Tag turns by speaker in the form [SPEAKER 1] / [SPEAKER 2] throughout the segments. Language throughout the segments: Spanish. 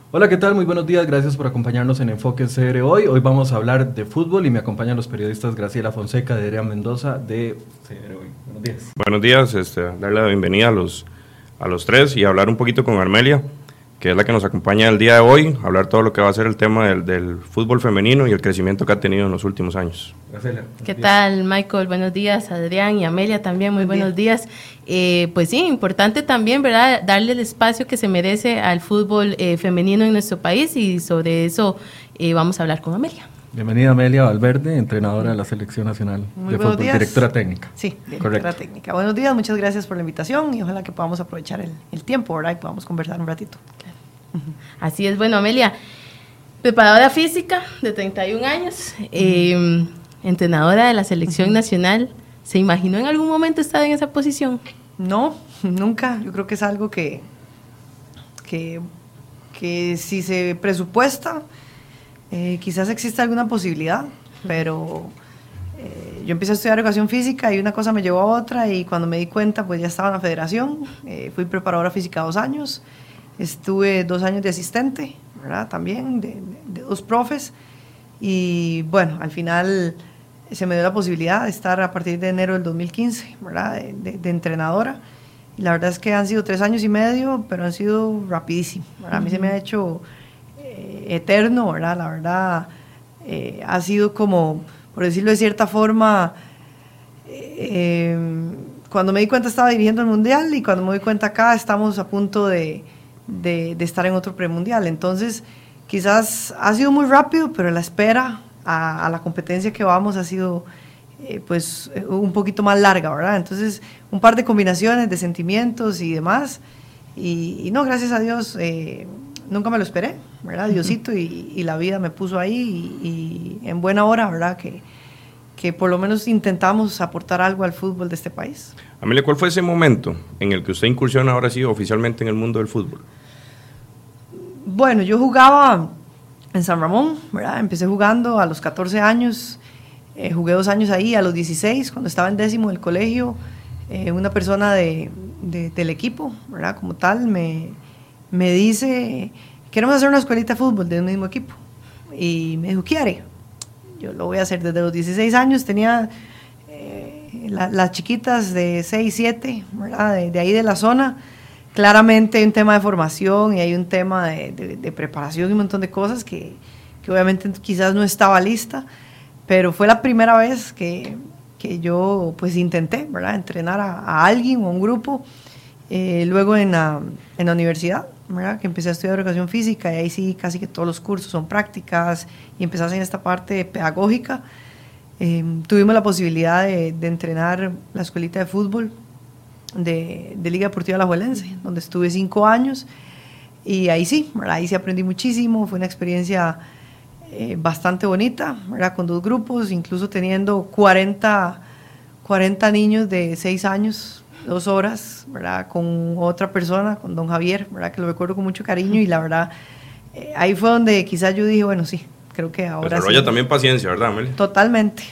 [SPEAKER 1] Hola, ¿qué tal? Muy buenos días, gracias por acompañarnos en Enfoque CR hoy. Hoy vamos a hablar de fútbol y me acompañan los periodistas Graciela Fonseca de Adrián Mendoza de CR hoy. Buenos días.
[SPEAKER 2] Buenos días, darle la bienvenida a los tres y hablar un poquito con Armelia, que es la que nos acompaña el día de hoy, hablar todo lo que va a ser el tema del fútbol femenino y el crecimiento que ha tenido en los últimos años.
[SPEAKER 1] Graciela.
[SPEAKER 3] ¿Qué tal, Michael? Buenos días, Adrián y Amelia también, muy buenos días. Pues sí, importante también, ¿verdad?, darle el espacio que se merece al fútbol femenino en nuestro país, y sobre eso vamos a hablar con Amelia.
[SPEAKER 1] Bienvenida Amelia Valverde, entrenadora de la Selección Nacional
[SPEAKER 4] Muy
[SPEAKER 1] de
[SPEAKER 4] buenos
[SPEAKER 1] Fútbol,
[SPEAKER 4] días.
[SPEAKER 1] Directora técnica.
[SPEAKER 4] Sí, directora
[SPEAKER 1] Correcto.
[SPEAKER 4] técnica. Buenos días, muchas gracias por la invitación y ojalá que podamos aprovechar el tiempo, ¿verdad? Y podamos conversar un ratito.
[SPEAKER 3] Así es, bueno, Amelia, preparadora física de 31 años, entrenadora de la Selección Nacional. ¿Se imaginó en algún momento estar en esa posición?
[SPEAKER 4] No, nunca. Yo creo que es algo que si se presupuesta, quizás exista alguna posibilidad, pero yo empecé a estudiar educación física y una cosa me llevó a otra, y cuando me di cuenta pues ya estaba en la federación. Fui preparadora física 2 años, estuve 2 años de asistente, ¿verdad? También de 2 profes, y bueno, al final se me dio la posibilidad de estar a partir de enero del 2015, ¿verdad? De entrenadora, y la verdad es que han sido 3 años y medio, pero han sido rapidísimos, ¿verdad? A mí se me ha hecho eterno, ¿verdad? La verdad, ha sido como, por decirlo de cierta forma, cuando me di cuenta estaba dirigiendo el Mundial, y cuando me di cuenta acá estamos a punto de estar en otro premundial. Entonces, quizás ha sido muy rápido, pero la espera a la competencia que vamos ha sido pues un poquito más larga, ¿verdad? Entonces, un par de combinaciones de sentimientos y demás, y no, gracias a Dios, nunca me lo esperé, ¿verdad? Diosito y la vida me puso ahí, y en buena hora, ¿verdad? Que por lo menos intentamos aportar algo al fútbol de este país.
[SPEAKER 2] Amelia, ¿cuál fue ese momento en el que usted incursiona ahora sí oficialmente en el mundo del fútbol?
[SPEAKER 4] Bueno, yo jugaba en San Ramón, ¿verdad? Empecé jugando a los 14 años, jugué 2 años ahí. A los 16, cuando estaba en 10º del colegio, una persona del equipo, ¿verdad?, como tal, me dice: queremos hacer una escuelita de fútbol del mismo equipo. Y me dijo: ¿quiere? Yo lo voy a hacer. Desde los 16 años tenía las chiquitas de 6, 7, ¿verdad?, de ahí de la zona. Claramente hay un tema de formación y hay un tema de preparación y un montón de cosas que obviamente quizás no estaba lista, pero fue la primera vez que yo pues intenté, ¿verdad?, entrenar a alguien o a un grupo. Luego en la universidad, ¿verdad?, que empecé a estudiar educación física, y ahí sí casi que todos los cursos son prácticas y empezás en esta parte pedagógica. Tuvimos la posibilidad de entrenar la escuelita de fútbol de Liga Deportiva Alajuelense, donde estuve 5 años, y ahí sí, ¿verdad?, ahí sí aprendí muchísimo. Fue una experiencia bastante bonita, ¿verdad?, con 2 grupos, incluso teniendo 40 niños de 6 años, 2 horas, ¿verdad?, con otra persona, con don Javier, ¿verdad?, que lo recuerdo con mucho cariño. Y la verdad, ahí fue donde quizás yo dije, bueno, sí, creo que ahora
[SPEAKER 2] Desarrolla
[SPEAKER 4] sí.
[SPEAKER 2] también paciencia, ¿verdad, Amelia?
[SPEAKER 4] Totalmente.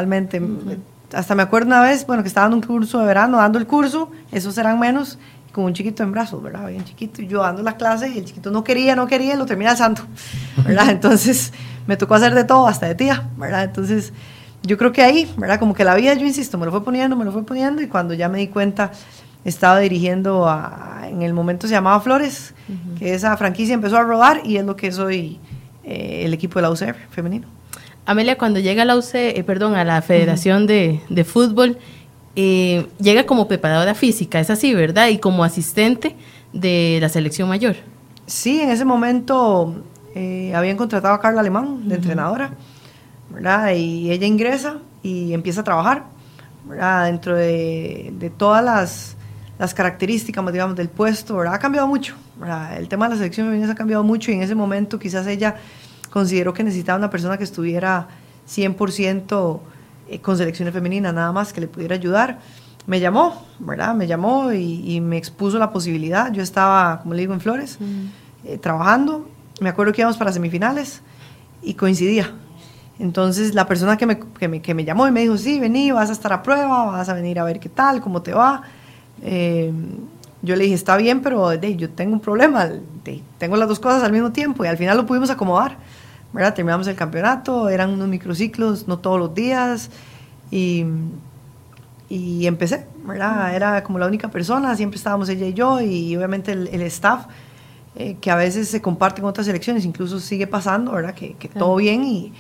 [SPEAKER 4] Hasta me acuerdo una vez, bueno, que estaba dando un curso de verano, dando el curso, esos eran menos, con un chiquito en brazos, ¿verdad?, bien chiquito, y yo dando la clase, y el chiquito no quería, y lo termina alzando, ¿verdad? Entonces, me tocó hacer de todo, hasta de tía, ¿verdad? Entonces, yo creo que ahí, ¿verdad?, como que la vida, yo insisto, me lo fue poniendo, y cuando ya me di cuenta, estaba dirigiendo en el momento se llamaba Flores, que esa franquicia empezó a rodar, y es lo que soy, el equipo de la UCR femenino.
[SPEAKER 3] Amelia, cuando llega a a la Federación de Fútbol, llega como preparadora física, es así, ¿verdad? Y como asistente de la selección mayor.
[SPEAKER 4] Sí, en ese momento habían contratado a Carla Alemán de entrenadora, ¿verdad? Y ella ingresa y empieza a trabajar, ¿verdad?, dentro de todas las características, digamos, del puesto, ¿verdad? Ha cambiado mucho, ¿verdad? El tema de la selección femenina ha cambiado mucho, y en ese momento quizás ella consideró que necesitaba una persona que estuviera 100% con selecciones femeninas, nada más, que le pudiera ayudar. Me llamó, ¿verdad? Y me expuso la posibilidad. Yo estaba, como le digo, en Flores, trabajando. Me acuerdo que íbamos para semifinales y coincidía. Entonces, la persona que me llamó y me dijo: sí, vení, vas a estar a prueba, vas a venir a ver qué tal, cómo te va. yo le dije, está bien, pero yo tengo un problema, tengo las dos cosas al mismo tiempo, y al final lo pudimos acomodar, ¿verdad? Terminamos el campeonato, eran unos microciclos, no todos los días, y empecé, ¿verdad? Era como la única persona, siempre estábamos ella y yo, y obviamente el staff, que a veces se comparte con otras selecciones, incluso sigue pasando, ¿verdad? Que todo bien,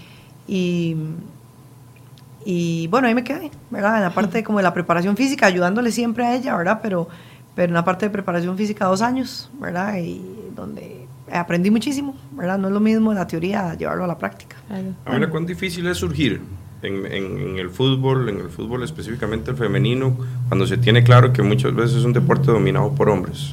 [SPEAKER 4] y bueno, ahí me quedé, ¿verdad? En la parte como de la preparación física, ayudándole siempre a ella, ¿verdad? Pero en la parte de preparación física 2 años, ¿verdad? Y donde aprendí muchísimo, ¿verdad? No es lo mismo la teoría llevarlo a la práctica.
[SPEAKER 2] A ver, ¿cuán difícil es surgir en el fútbol específicamente el femenino, cuando se tiene claro que muchas veces es un deporte dominado por hombres?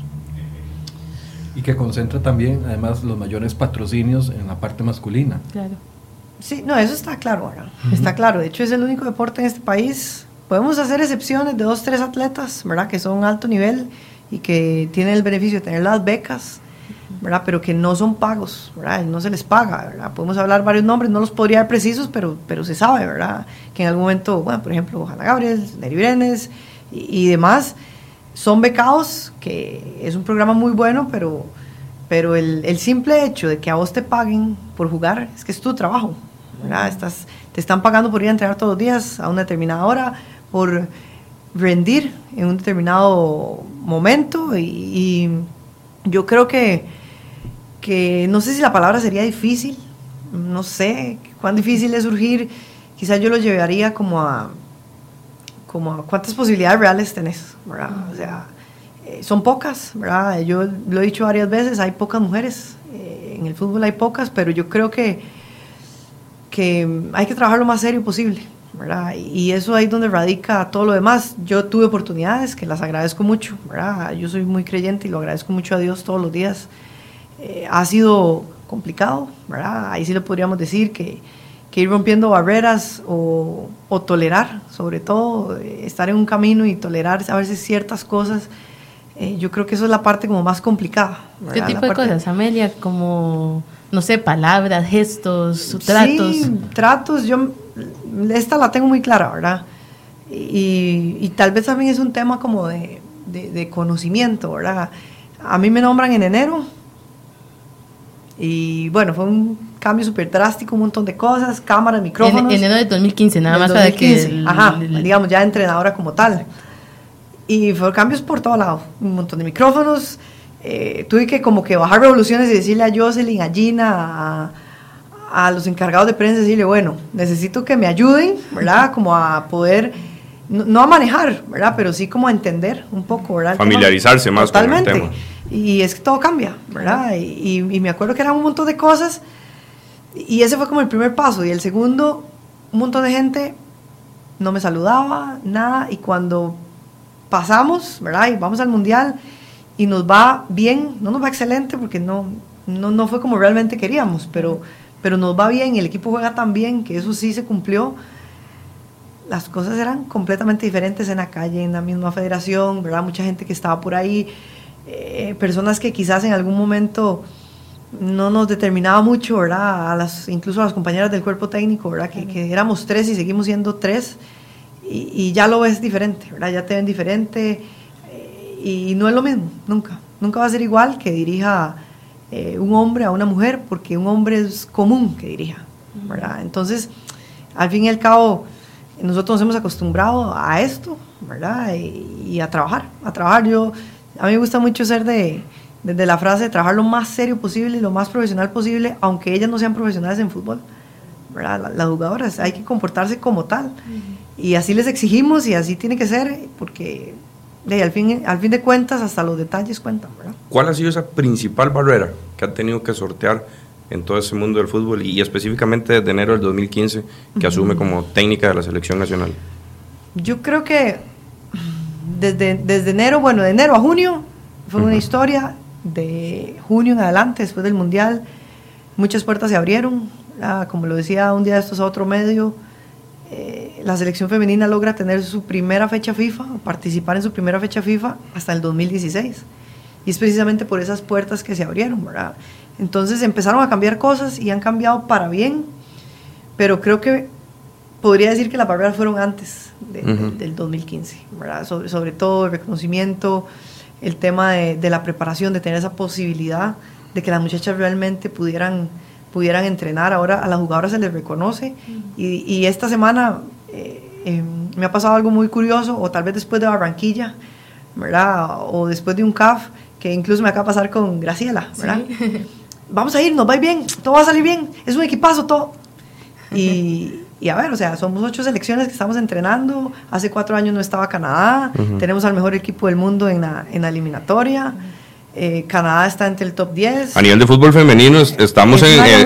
[SPEAKER 1] Y que concentra también, además, los mayores patrocinios en la parte masculina.
[SPEAKER 3] Claro.
[SPEAKER 4] Sí, no, eso está claro, ¿verdad? Está claro. De hecho, es el único deporte en este país. Podemos hacer excepciones de 2, 3 atletas, ¿verdad? Que son alto nivel y que tienen el beneficio de tener las becas, ¿verdad? Pero que no son pagos, ¿verdad? No se les paga, ¿verdad? Podemos hablar varios nombres, no los podría dar precisos, pero se sabe, ¿verdad? Que en algún momento, bueno, por ejemplo, Hanna Gabriel, Neri Brenes y demás, son becados, que es un programa muy bueno, pero el simple hecho de que a vos te paguen por jugar, es que es tu trabajo, ¿verdad? Te están pagando por ir a entrenar todos los días a una determinada hora, por rendir en un determinado momento, y yo creo que no sé si la palabra sería difícil, no sé cuán difícil es surgir, quizás yo lo llevaría como a cuántas posibilidades reales tenés, ¿verdad? O sea, son pocas, ¿verdad? Yo lo he dicho varias veces, hay pocas mujeres, en el fútbol hay pocas, pero yo creo que hay que trabajar lo más serio posible, ¿verdad? Y eso ahí es donde radica todo lo demás. Yo tuve oportunidades que las agradezco mucho, ¿verdad? Yo soy muy creyente y lo agradezco mucho a Dios todos los días. Ha sido complicado, ¿verdad? Ahí sí lo podríamos decir que ir rompiendo barreras o tolerar, sobre todo, estar en un camino y tolerar a veces ciertas cosas. Yo creo que eso es la parte como más complicada, ¿verdad?
[SPEAKER 3] ¿Qué tipo de cosas, Amelia? Como, no sé, palabras, gestos, tratos.
[SPEAKER 4] Sí, tratos, esta la tengo muy clara, ¿verdad? Y tal vez también es un tema como de conocimiento, ¿verdad? A mí me nombran en enero y bueno, fue un cambio súper drástico, un montón de cosas, cámaras, micrófonos.
[SPEAKER 3] En enero de 2015, nada más
[SPEAKER 4] 2015,
[SPEAKER 3] para que...
[SPEAKER 4] digamos, ya entrenadora como tal. Y fueron cambios por todo lado, un montón de micrófonos. Tuve que como que bajar revoluciones y decirle a Jocelyn, a Gina, a los encargados de prensa, decirle, bueno, necesito que me ayuden, ¿verdad? Como a poder, no a manejar, ¿verdad? Pero sí como a entender un poco, ¿verdad?
[SPEAKER 2] Familiarizarse más con el tema.
[SPEAKER 4] Y es que todo cambia, ¿verdad? Y me acuerdo que eran un montón de cosas, y ese fue como el primer paso. Y el segundo, un montón de gente no me saludaba, nada, y cuando pasamos, ¿verdad? Y vamos al Mundial y nos va bien, no nos va excelente porque no fue como realmente queríamos, pero nos va bien y el equipo juega tan bien que eso sí se cumplió. Las cosas eran completamente diferentes en la calle, en la misma federación, ¿verdad? Mucha gente que estaba por ahí, personas que quizás en algún momento no nos determinaba mucho, ¿verdad? Incluso a las compañeras del cuerpo técnico, ¿verdad? Que éramos 3 y seguimos siendo 3. Y ya lo ves diferente, ¿verdad? Ya te ven diferente, y no es lo mismo, nunca va a ser igual que dirija un hombre a una mujer, porque un hombre es común que dirija, ¿verdad? Entonces, al fin y al cabo, nosotros nos hemos acostumbrado a esto, ¿verdad? Y a trabajar. A mí me gusta mucho ser desde la frase de trabajar lo más serio posible y lo más profesional posible, aunque ellas no sean profesionales en fútbol, ¿verdad? Las jugadoras, hay que comportarse como tal. Y así les exigimos y así tiene que ser, porque al fin de cuentas hasta los detalles cuentan, ¿verdad?
[SPEAKER 2] ¿Cuál ha sido esa principal barrera que han tenido que sortear en todo ese mundo del fútbol y específicamente desde enero del 2015 que asume como técnica de la selección nacional?
[SPEAKER 4] Yo creo que desde enero, bueno, de enero a junio fue una historia. De junio en adelante, después del Mundial, muchas puertas se abrieron, como lo decía un día de estos a otro medio. La selección femenina logra tener su primera fecha FIFA, participar en su primera fecha FIFA hasta el 2016, y es precisamente por esas puertas que se abrieron, ¿verdad? Entonces empezaron a cambiar cosas y han cambiado para bien, pero creo que podría decir que las barreras fueron antes del 2015, ¿verdad? Sobre todo el reconocimiento, el tema de la preparación, de tener esa posibilidad de que las muchachas realmente pudieran entrenar. Ahora a las jugadoras se les reconoce, y esta semana me ha pasado algo muy curioso, o tal vez después de Barranquilla, ¿verdad? O después de un CAF, que incluso me acaba de pasar con Graciela, ¿verdad? Sí. Vamos a ir, nos va a ir bien, todo va a salir bien, es un equipazo todo. Y a ver, o sea, somos 8 selecciones que estamos entrenando. Hace 4 años no estaba Canadá, tenemos al mejor equipo del mundo en la eliminatoria. Canadá está entre el top 10.
[SPEAKER 2] A nivel de fútbol femenino estamos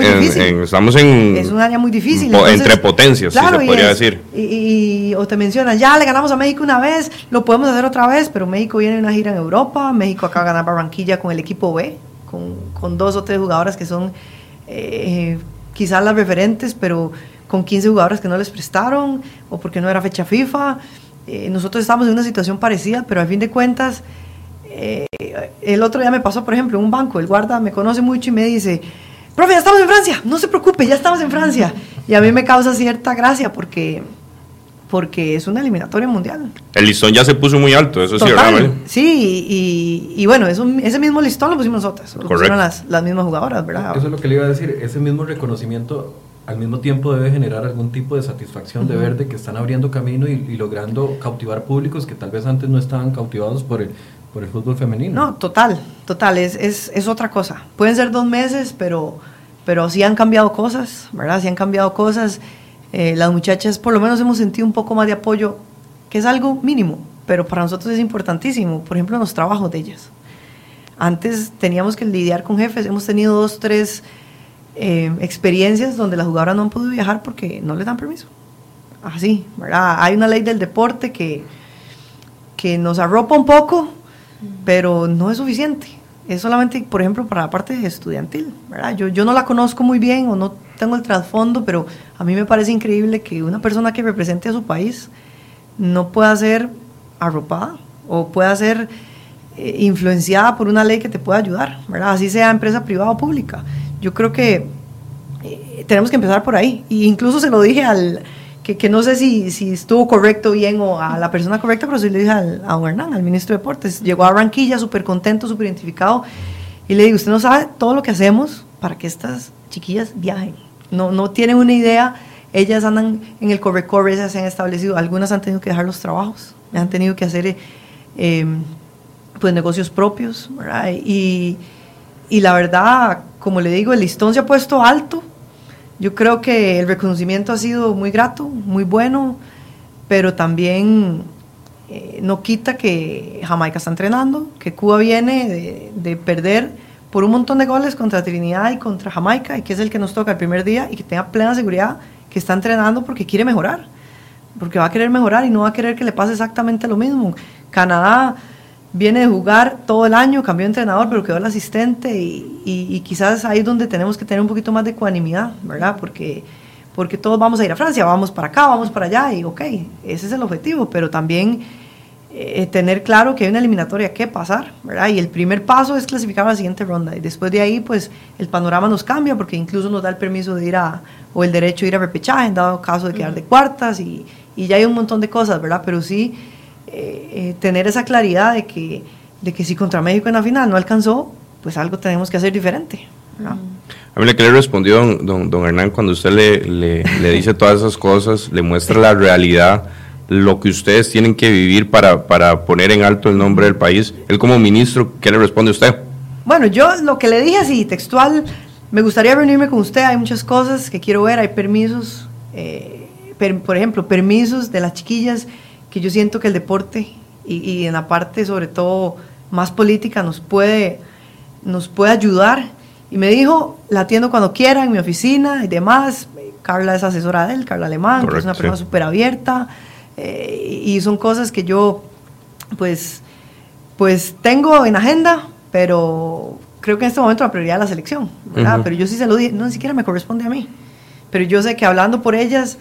[SPEAKER 4] es un área muy difícil. Entonces,
[SPEAKER 2] entre potencias, claro, si se podría decir.
[SPEAKER 4] O te mencionan, ya le ganamos a México una vez, lo podemos hacer otra vez, pero México viene en una gira en Europa. México acaba de ganar Barranquilla con el equipo B, con 2 o 3 jugadoras que son quizás las referentes, pero con 15 jugadoras que no les prestaron, o porque no era fecha FIFA. Nosotros estamos en una situación parecida, pero al fin de cuentas, el otro día me pasó, por ejemplo, en un banco, el guarda me conoce mucho y me dice, profe, ya estamos en Francia, no se preocupe, ya estamos en Francia. Y a mí me causa cierta gracia porque es una eliminatoria mundial.
[SPEAKER 2] El listón ya se puso muy alto, eso
[SPEAKER 4] total,
[SPEAKER 2] sí, ¿verdad?
[SPEAKER 4] Sí, y bueno, ese mismo listón lo pusimos nosotras, lo pusieron las mismas jugadoras, ¿verdad?
[SPEAKER 1] Eso es lo que le iba a decir, ese mismo reconocimiento al mismo tiempo debe generar algún tipo de satisfacción de ver de que están abriendo camino y logrando cautivar públicos que tal vez antes no estaban cautivados por el fútbol femenino.
[SPEAKER 4] No, total, es otra cosa. Pueden ser 2 meses, pero sí han cambiado cosas, ¿verdad? Sí han cambiado cosas. Las muchachas por lo menos hemos sentido un poco más de apoyo, que es algo mínimo, pero para nosotros es importantísimo. Por ejemplo, en los trabajos de ellas. Antes teníamos que lidiar con jefes, hemos tenido 2 o 3 experiencias donde las jugadoras no han podido viajar porque no les dan permiso. Así, ¿verdad? Hay una ley del deporte que nos arropa un poco, pero no es suficiente. Es solamente, por ejemplo, para la parte estudiantil, ¿verdad? Yo no la conozco muy bien o no tengo el trasfondo, pero a mí me parece increíble que una persona que represente a su país no pueda ser arropada o pueda ser influenciada por una ley que te pueda ayudar, ¿verdad? Así sea empresa privada o pública. Yo creo que tenemos que empezar por ahí. Y incluso se lo dije que no sé si estuvo correcto bien o a la persona correcta, pero sí le dije a don Hernán, al ministro de Deportes. Llegó a Barranquilla súper contento, súper identificado, y le digo, usted no sabe todo lo que hacemos para que estas chiquillas viajen. No tienen una idea. Ellas andan en el corre-corre, ellas se han establecido, algunas han tenido que dejar los trabajos, han tenido que hacer pues negocios propios, ¿verdad? Y la verdad, como le digo, el listón se ha puesto alto. Yo creo que el reconocimiento ha sido muy grato, muy bueno, pero también no quita que Jamaica está entrenando, que Cuba viene de perder por un montón de goles contra Trinidad y contra Jamaica, y que es el que nos toca el primer día, y que tenga plena seguridad que está entrenando porque quiere mejorar, porque va a querer mejorar y no va a querer que le pase exactamente lo mismo. Canadá viene de jugar todo el año, cambió de entrenador, pero quedó el asistente, y quizás ahí es donde tenemos que tener un poquito más de ecuanimidad, ¿verdad? Porque todos vamos a ir a Francia, vamos para acá, vamos para allá, y ok, ese es el objetivo, pero también tener claro que hay una eliminatoria que pasar, ¿verdad? Y el primer paso es clasificar a la siguiente ronda, y después de ahí, pues, el panorama nos cambia, porque incluso nos da el permiso de ir o el derecho de ir a repechaje, en dado caso de quedar de cuartas, y ya hay un montón de cosas, ¿verdad? Pero sí, tener esa claridad de que si contra México en la final no alcanzó, pues algo tenemos que hacer diferente, ¿verdad?
[SPEAKER 2] A mí le que le respondió don Hernán, cuando usted le dice todas esas cosas, le muestra la realidad, lo que ustedes tienen que vivir para poner en alto el nombre del país. Él como ministro, ¿qué le responde a usted?
[SPEAKER 4] Bueno, yo lo que le dije así, textual, me gustaría reunirme con usted, hay muchas cosas que quiero ver, hay permisos, por ejemplo, permisos de las chiquillas, que yo siento que el deporte y en la parte sobre todo más política nos puede ayudar. Y me dijo, la atiendo cuando quiera en mi oficina y demás. Carla es asesora de él, Carla Alemán. Correcto, que es una persona súper abierta, y son cosas que yo pues tengo en agenda, pero creo que en este momento la prioridad es la selección, ¿verdad? Pero yo sí se lo dije, no, ni siquiera me corresponde a mí, pero yo sé que hablando por ellas,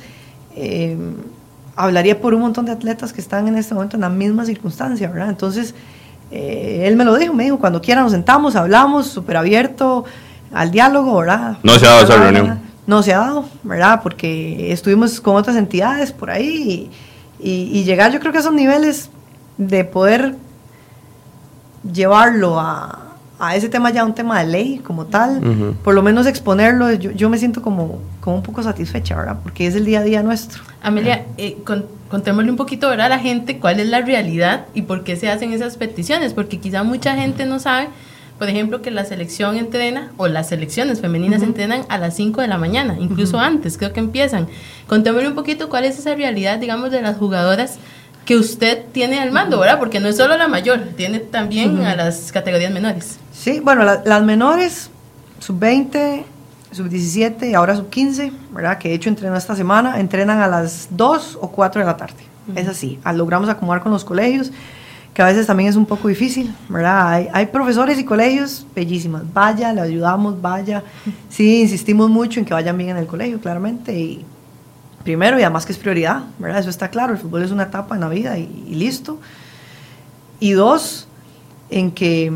[SPEAKER 4] hablaría por un montón de atletas que están en este momento en la misma circunstancia, ¿verdad? Entonces, él me dijo, cuando quiera nos sentamos, hablamos, súper abierto al diálogo, ¿verdad?
[SPEAKER 2] No se ha dado esa reunión.
[SPEAKER 4] No se ha dado, ¿verdad? Porque estuvimos con otras entidades por ahí, y llegar yo creo que a esos niveles de poder llevarlo a ese tema ya un tema de ley como tal, por lo menos exponerlo, yo me siento como un poco satisfecha, ¿verdad? Porque es el día a día nuestro.
[SPEAKER 3] Amelia, contémosle un poquito, ¿verdad?, a la gente cuál es la realidad y por qué se hacen esas peticiones, porque quizá mucha gente no sabe, por ejemplo, que la selección entrena, o las selecciones femeninas entrenan a las 5 de la mañana, incluso antes, creo que empiezan. Contémosle un poquito cuál es esa realidad, digamos, de las jugadoras que usted tiene al mando, ¿verdad? Porque no es solo la mayor, tiene también a las categorías menores.
[SPEAKER 4] Sí, bueno, las menores, sub-20, sub-17 y ahora sub-15, ¿verdad? Que de hecho entrenó esta semana, entrenan a las 2 o 4 de la tarde. Es así, logramos acomodar con los colegios, que a veces también es un poco difícil, ¿verdad? Hay profesores y colegios bellísimos, vaya, le ayudamos, vaya. Sí, insistimos mucho en que vayan bien en el colegio, claramente, y primero, y además que es prioridad, ¿verdad? Eso está claro, el fútbol es una etapa en la vida y listo. Y dos, en que,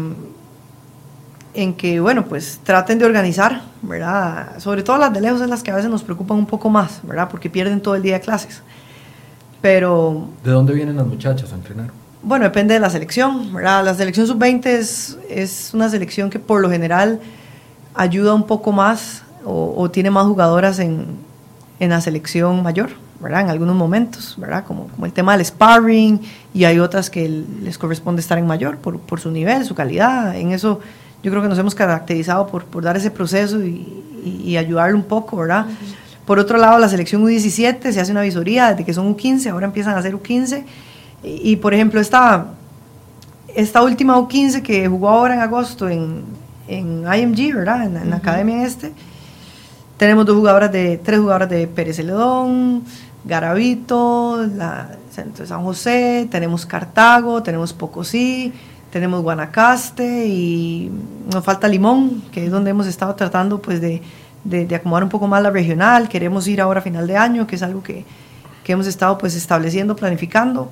[SPEAKER 4] bueno, pues traten de organizar, ¿verdad? Sobre todo las de lejos es las que a veces nos preocupan un poco más, ¿verdad? Porque pierden todo el día de clases. Pero...
[SPEAKER 1] ¿De dónde vienen las muchachas a entrenar?
[SPEAKER 4] Bueno, depende de la selección, ¿verdad? La selección sub-20 es una selección que por lo general ayuda un poco más o tiene más jugadoras en la selección mayor, ¿verdad? En algunos momentos, ¿verdad? Como el tema del sparring, y hay otras que les corresponde estar en mayor por su nivel, su calidad. En eso yo creo que nos hemos caracterizado por dar ese proceso y ayudarle un poco, ¿verdad? Por otro lado, la selección U17 se hace una visoría desde que son U15, ahora empiezan a ser U15, y por ejemplo esta última U15 que jugó ahora en agosto en IMG, ¿verdad? En la academia tenemos 3 jugadoras de Pérez Celedón, Garavito, Centro de San José, tenemos Cartago, tenemos Pocosí, tenemos Guanacaste y nos falta Limón, que es donde hemos estado tratando pues de acomodar un poco más la regional. Queremos ir ahora a final de año, que es algo que hemos estado pues estableciendo, planificando,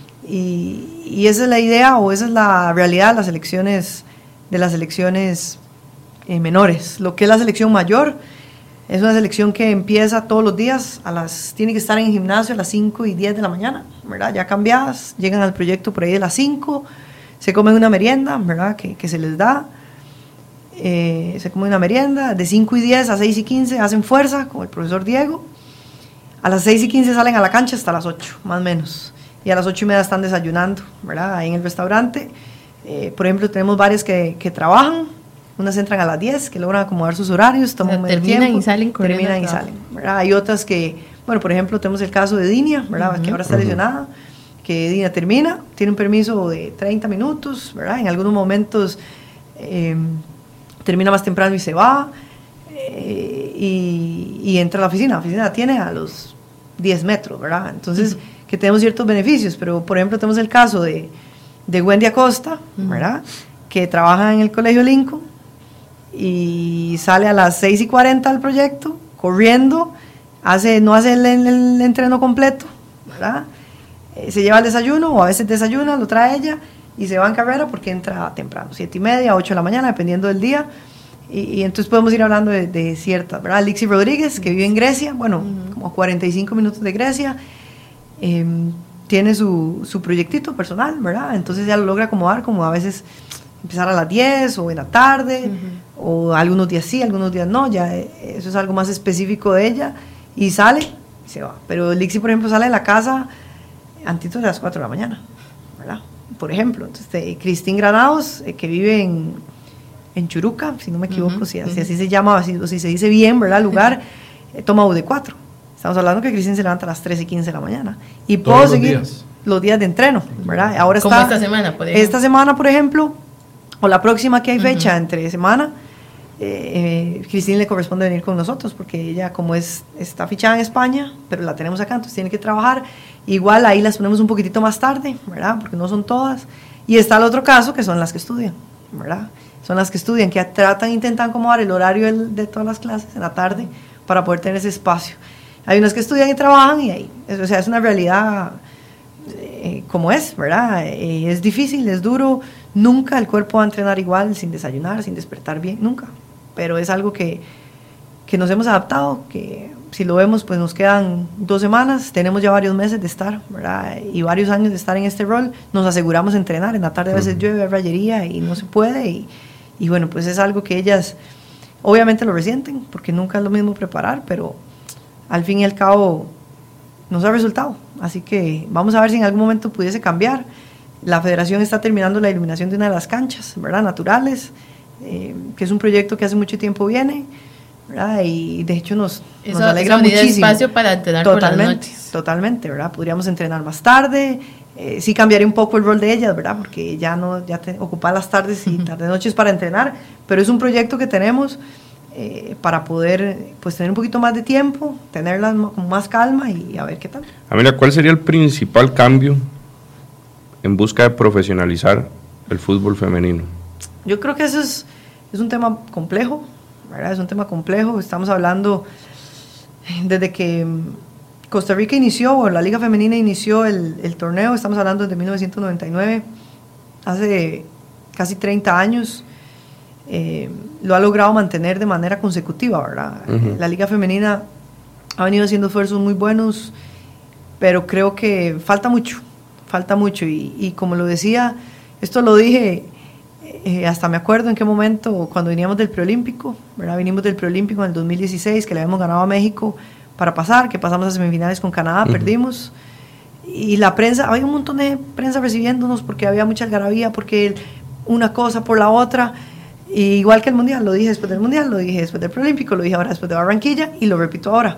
[SPEAKER 4] y esa es la idea, o esa es la realidad de las selecciones menores. Lo que es la selección mayor es una selección que empieza todos los días, tiene que estar en el gimnasio a las 5 y 10 de la mañana, ¿verdad? Ya cambiadas, llegan al proyecto por ahí de las 5, se comen una merienda, ¿verdad? Que se les da, se comen una merienda, de 5 y 10 a 6 y 15 hacen fuerza, con el profesor Diego, a las 6 y 15 salen a la cancha hasta las 8, más o menos, y a las 8 y media están desayunando, ¿verdad? Ahí en el restaurante. Por ejemplo, tenemos varias que trabajan, unas entran a las 10, que logran acomodar sus horarios, toman medio tiempo.
[SPEAKER 3] Terminan y salen corriendo.
[SPEAKER 4] Terminan y salen, ¿verdad? Hay otras que, bueno, por ejemplo, tenemos el caso de Dinia, ¿verdad? Que ahora está lesionada, que Dinia termina, tiene un permiso de 30 minutos, ¿verdad? En algunos momentos termina más temprano y se va, y entra a la oficina. La oficina la tiene a los 10 metros, ¿verdad? Entonces, que tenemos ciertos beneficios, pero por ejemplo tenemos el caso de Wendy Acosta, ¿verdad? Que trabaja en el Colegio Lincoln y sale a las 6:40 al proyecto, corriendo, no hace el entreno completo, ¿verdad? Se lleva el desayuno, o a veces desayuna, lo trae ella, y se va en carrera porque entra temprano, 7:30, 8 de la mañana, dependiendo del día, y entonces podemos ir hablando de ciertas, ¿verdad? Lixi Rodríguez, que vive en Grecia, bueno, como a 45 minutos de Grecia, tiene su proyectito personal, ¿verdad? Entonces ya lo logra acomodar, como a veces empezar a las 10 o en la tarde, o algunos días sí, algunos días no, ya eso es algo más específico de ella, y sale y se va. Pero Lixi, por ejemplo, sale de la casa antes de las 4 de la mañana, ¿verdad? Por ejemplo, entonces Cristín Granados, que vive en Churuca, si no me equivoco, si así se llama, o si se dice bien, ¿verdad? El lugar, toma UD4. Estamos hablando que Cristín se levanta a las 3:15 de la mañana. Y puedo seguir los días de entreno, ¿verdad? Ahora
[SPEAKER 3] como esta semana, por ejemplo.
[SPEAKER 4] Esta semana, por ejemplo, o la próxima que hay fecha entre semana, Cristín le corresponde venir con nosotros, porque ella como está fichada en España, pero la tenemos acá, entonces tiene que trabajar. Igual ahí las ponemos un poquitito más tarde, ¿verdad? Porque no son todas. Y está el otro caso, que son las que estudian, ¿verdad? Son las que estudian, que intentan acomodar el horario de todas las clases en la tarde para poder tener ese espacio. Hay unas que estudian y trabajan, y ahí, o sea, es una realidad como es, ¿verdad? Es difícil, es duro. Nunca el cuerpo va a entrenar igual sin desayunar, sin despertar bien, nunca. Pero es algo que nos hemos adaptado, que si lo vemos, pues nos quedan 2 semanas, tenemos ya varios meses de estar, ¿verdad? Y varios años de estar en este rol, nos aseguramos entrenar, en la tarde a veces llueve, hay rayería y no se puede, y bueno, pues es algo que ellas obviamente lo resienten, porque nunca es lo mismo preparar, pero al fin y al cabo nos ha resultado, así que vamos a ver si en algún momento pudiese cambiar. La federación está terminando la iluminación de una de las canchas, ¿verdad? Naturales, que es un proyecto que hace mucho tiempo viene, ¿verdad? Y de hecho nos alegra muchísimo.
[SPEAKER 3] Espacio para entrenar por las noches.
[SPEAKER 4] Totalmente, ¿verdad? Podríamos entrenar más tarde, sí cambiaría un poco el rol de ellas, ¿verdad? Porque ya ocupar las tardes y tarde noches para entrenar, pero es un proyecto que tenemos para poder pues tener un poquito más de tiempo, tenerlas con más calma y a ver qué tal.
[SPEAKER 2] Amelia, ¿cuál sería el principal cambio en busca de profesionalizar el fútbol femenino?
[SPEAKER 4] Yo creo que eso es un tema complejo, ¿verdad? Es un tema complejo. Estamos hablando desde que Costa Rica inició, o la Liga Femenina inició el torneo, estamos hablando desde 1999, hace casi 30 años, lo ha logrado mantener de manera consecutiva, ¿verdad? La Liga Femenina ha venido haciendo esfuerzos muy buenos, pero creo que falta mucho, y como lo decía, esto lo dije, hasta me acuerdo en qué momento, cuando veníamos del preolímpico, ¿verdad? Vinimos del preolímpico en el 2016, que le habíamos ganado a México para pasar, que pasamos a semifinales con Canadá, perdimos, y la prensa, había un montón de prensa recibiéndonos porque había mucha algarabía, porque una cosa por la otra, y igual que el Mundial, lo dije después del Mundial, lo dije después del preolímpico, lo dije ahora después de Barranquilla, y lo repito ahora.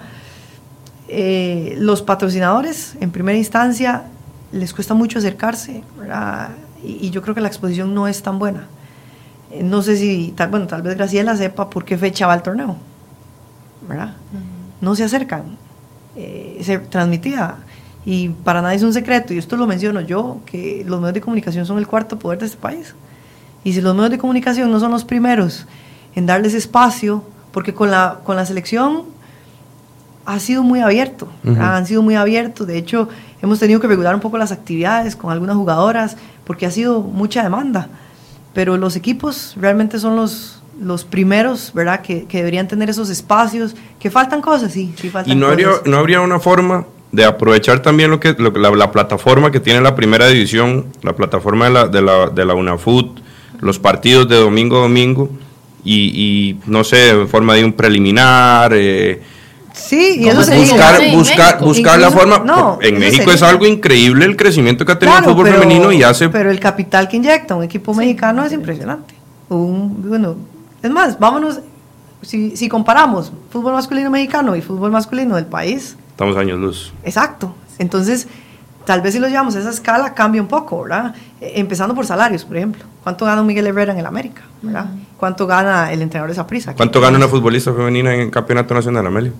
[SPEAKER 4] Los patrocinadores, en primera instancia, les cuesta mucho acercarse, ¿verdad? Y yo creo que la exposición no es tan buena. No sé si, tal vez Graciela sepa por qué fecha va el torneo, ¿verdad? No se acercan. Se transmitía, y para nadie es un secreto, y esto lo menciono yo, que los medios de comunicación son el cuarto poder de este país. Y si los medios de comunicación no son los primeros en darles espacio, porque con la selección ha sido muy abierto, han sido muy abiertos. De hecho, hemos tenido que regular un poco las actividades con algunas jugadoras porque ha sido mucha demanda, pero los equipos realmente son los primeros, ¿verdad? Que deberían tener esos espacios, que faltan cosas, sí faltan.
[SPEAKER 2] ¿Y no habría una forma de aprovechar también la plataforma que tiene la primera división, la plataforma de la UNAFUT, los partidos de domingo a domingo, y no sé, en forma de un preliminar?
[SPEAKER 4] Sí, y eso
[SPEAKER 2] buscar la forma.
[SPEAKER 4] No,
[SPEAKER 2] en México es algo increíble el crecimiento que ha tenido el fútbol femenino, y
[SPEAKER 4] pero el capital que inyecta un equipo mexicano es impresionante. Es más, vámonos, si comparamos fútbol masculino mexicano y fútbol masculino del país,
[SPEAKER 2] estamos años luz.
[SPEAKER 4] Exacto. Entonces, tal vez si lo llevamos a esa escala cambia un poco, ¿verdad? Empezando por salarios, por ejemplo. ¿Cuánto gana un Miguel Herrera en el América, ¿verdad? ¿Cuánto gana el entrenador de Saprissa?
[SPEAKER 2] ¿Cuánto gana una futbolista femenina en el campeonato nacional, Amelia?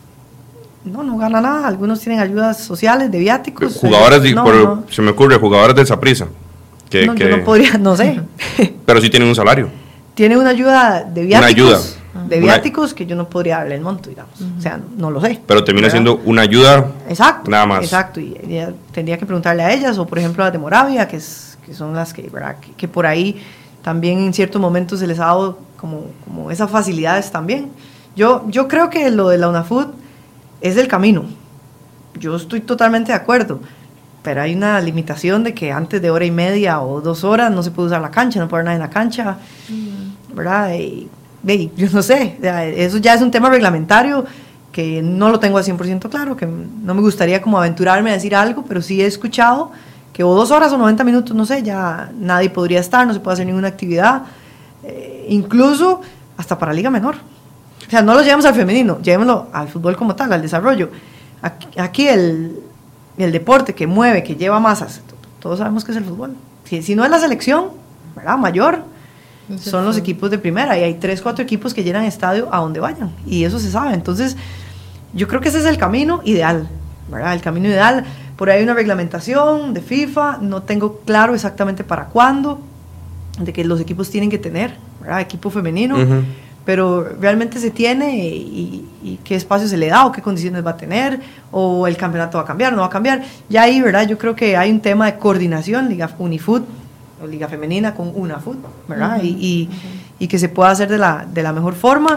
[SPEAKER 4] No gana nada. Algunos tienen ayudas sociales, de viáticos.
[SPEAKER 2] Jugadoras, se me ocurre, jugadoras del Saprissa.
[SPEAKER 4] Yo no podría, no sé.
[SPEAKER 2] Pero sí tienen un salario.
[SPEAKER 4] Tiene una ayuda de viáticos. De viáticos que yo no podría darle el monto, digamos. O sea, no lo sé.
[SPEAKER 2] Pero termina siendo una ayuda.
[SPEAKER 4] Exacto.
[SPEAKER 2] Nada más.
[SPEAKER 4] Exacto. Y tendría que preguntarle a ellas, o por ejemplo a las de Moravia, que son las que, ¿verdad? Que por ahí también en ciertos momentos se les ha dado como esas facilidades también. Yo creo que lo de la UNAFUT es el camino. Yo estoy totalmente de acuerdo, pero hay una limitación de que antes de 1:30 o 2 horas no se puede usar la cancha, no puede haber nada en la cancha, ¿verdad? Y yo no sé, eso ya es un tema reglamentario que no lo tengo al 100% claro, que no me gustaría como aventurarme a decir algo, pero sí he escuchado que o 2 horas o 90 minutos, no sé, ya nadie podría estar, no se puede hacer ninguna actividad, incluso hasta para Liga Menor. O sea, no lo llevemos al femenino, llevémoslo al fútbol como tal, al desarrollo. Aquí el deporte que mueve, que lleva masas, todos sabemos que es el fútbol. Si no es la selección, ¿verdad? Mayor, son los equipos de primera, y hay 3, 4 equipos que llenan estadio a donde vayan, y eso se sabe. Entonces, yo creo que ese es el camino ideal, ¿verdad? El camino ideal. Por ahí hay una reglamentación de FIFA, no tengo claro exactamente para cuándo, de que los equipos tienen que tener, ¿verdad? Equipo femenino. Pero realmente se tiene, y qué espacio se le da, o qué condiciones va a tener, o el campeonato va a cambiar, no va a cambiar. Ya ahí, ¿verdad? Yo creo que hay un tema de coordinación, Liga Unifut, o Liga Femenina con UNAFUT, ¿verdad? Y que se pueda hacer de la mejor forma.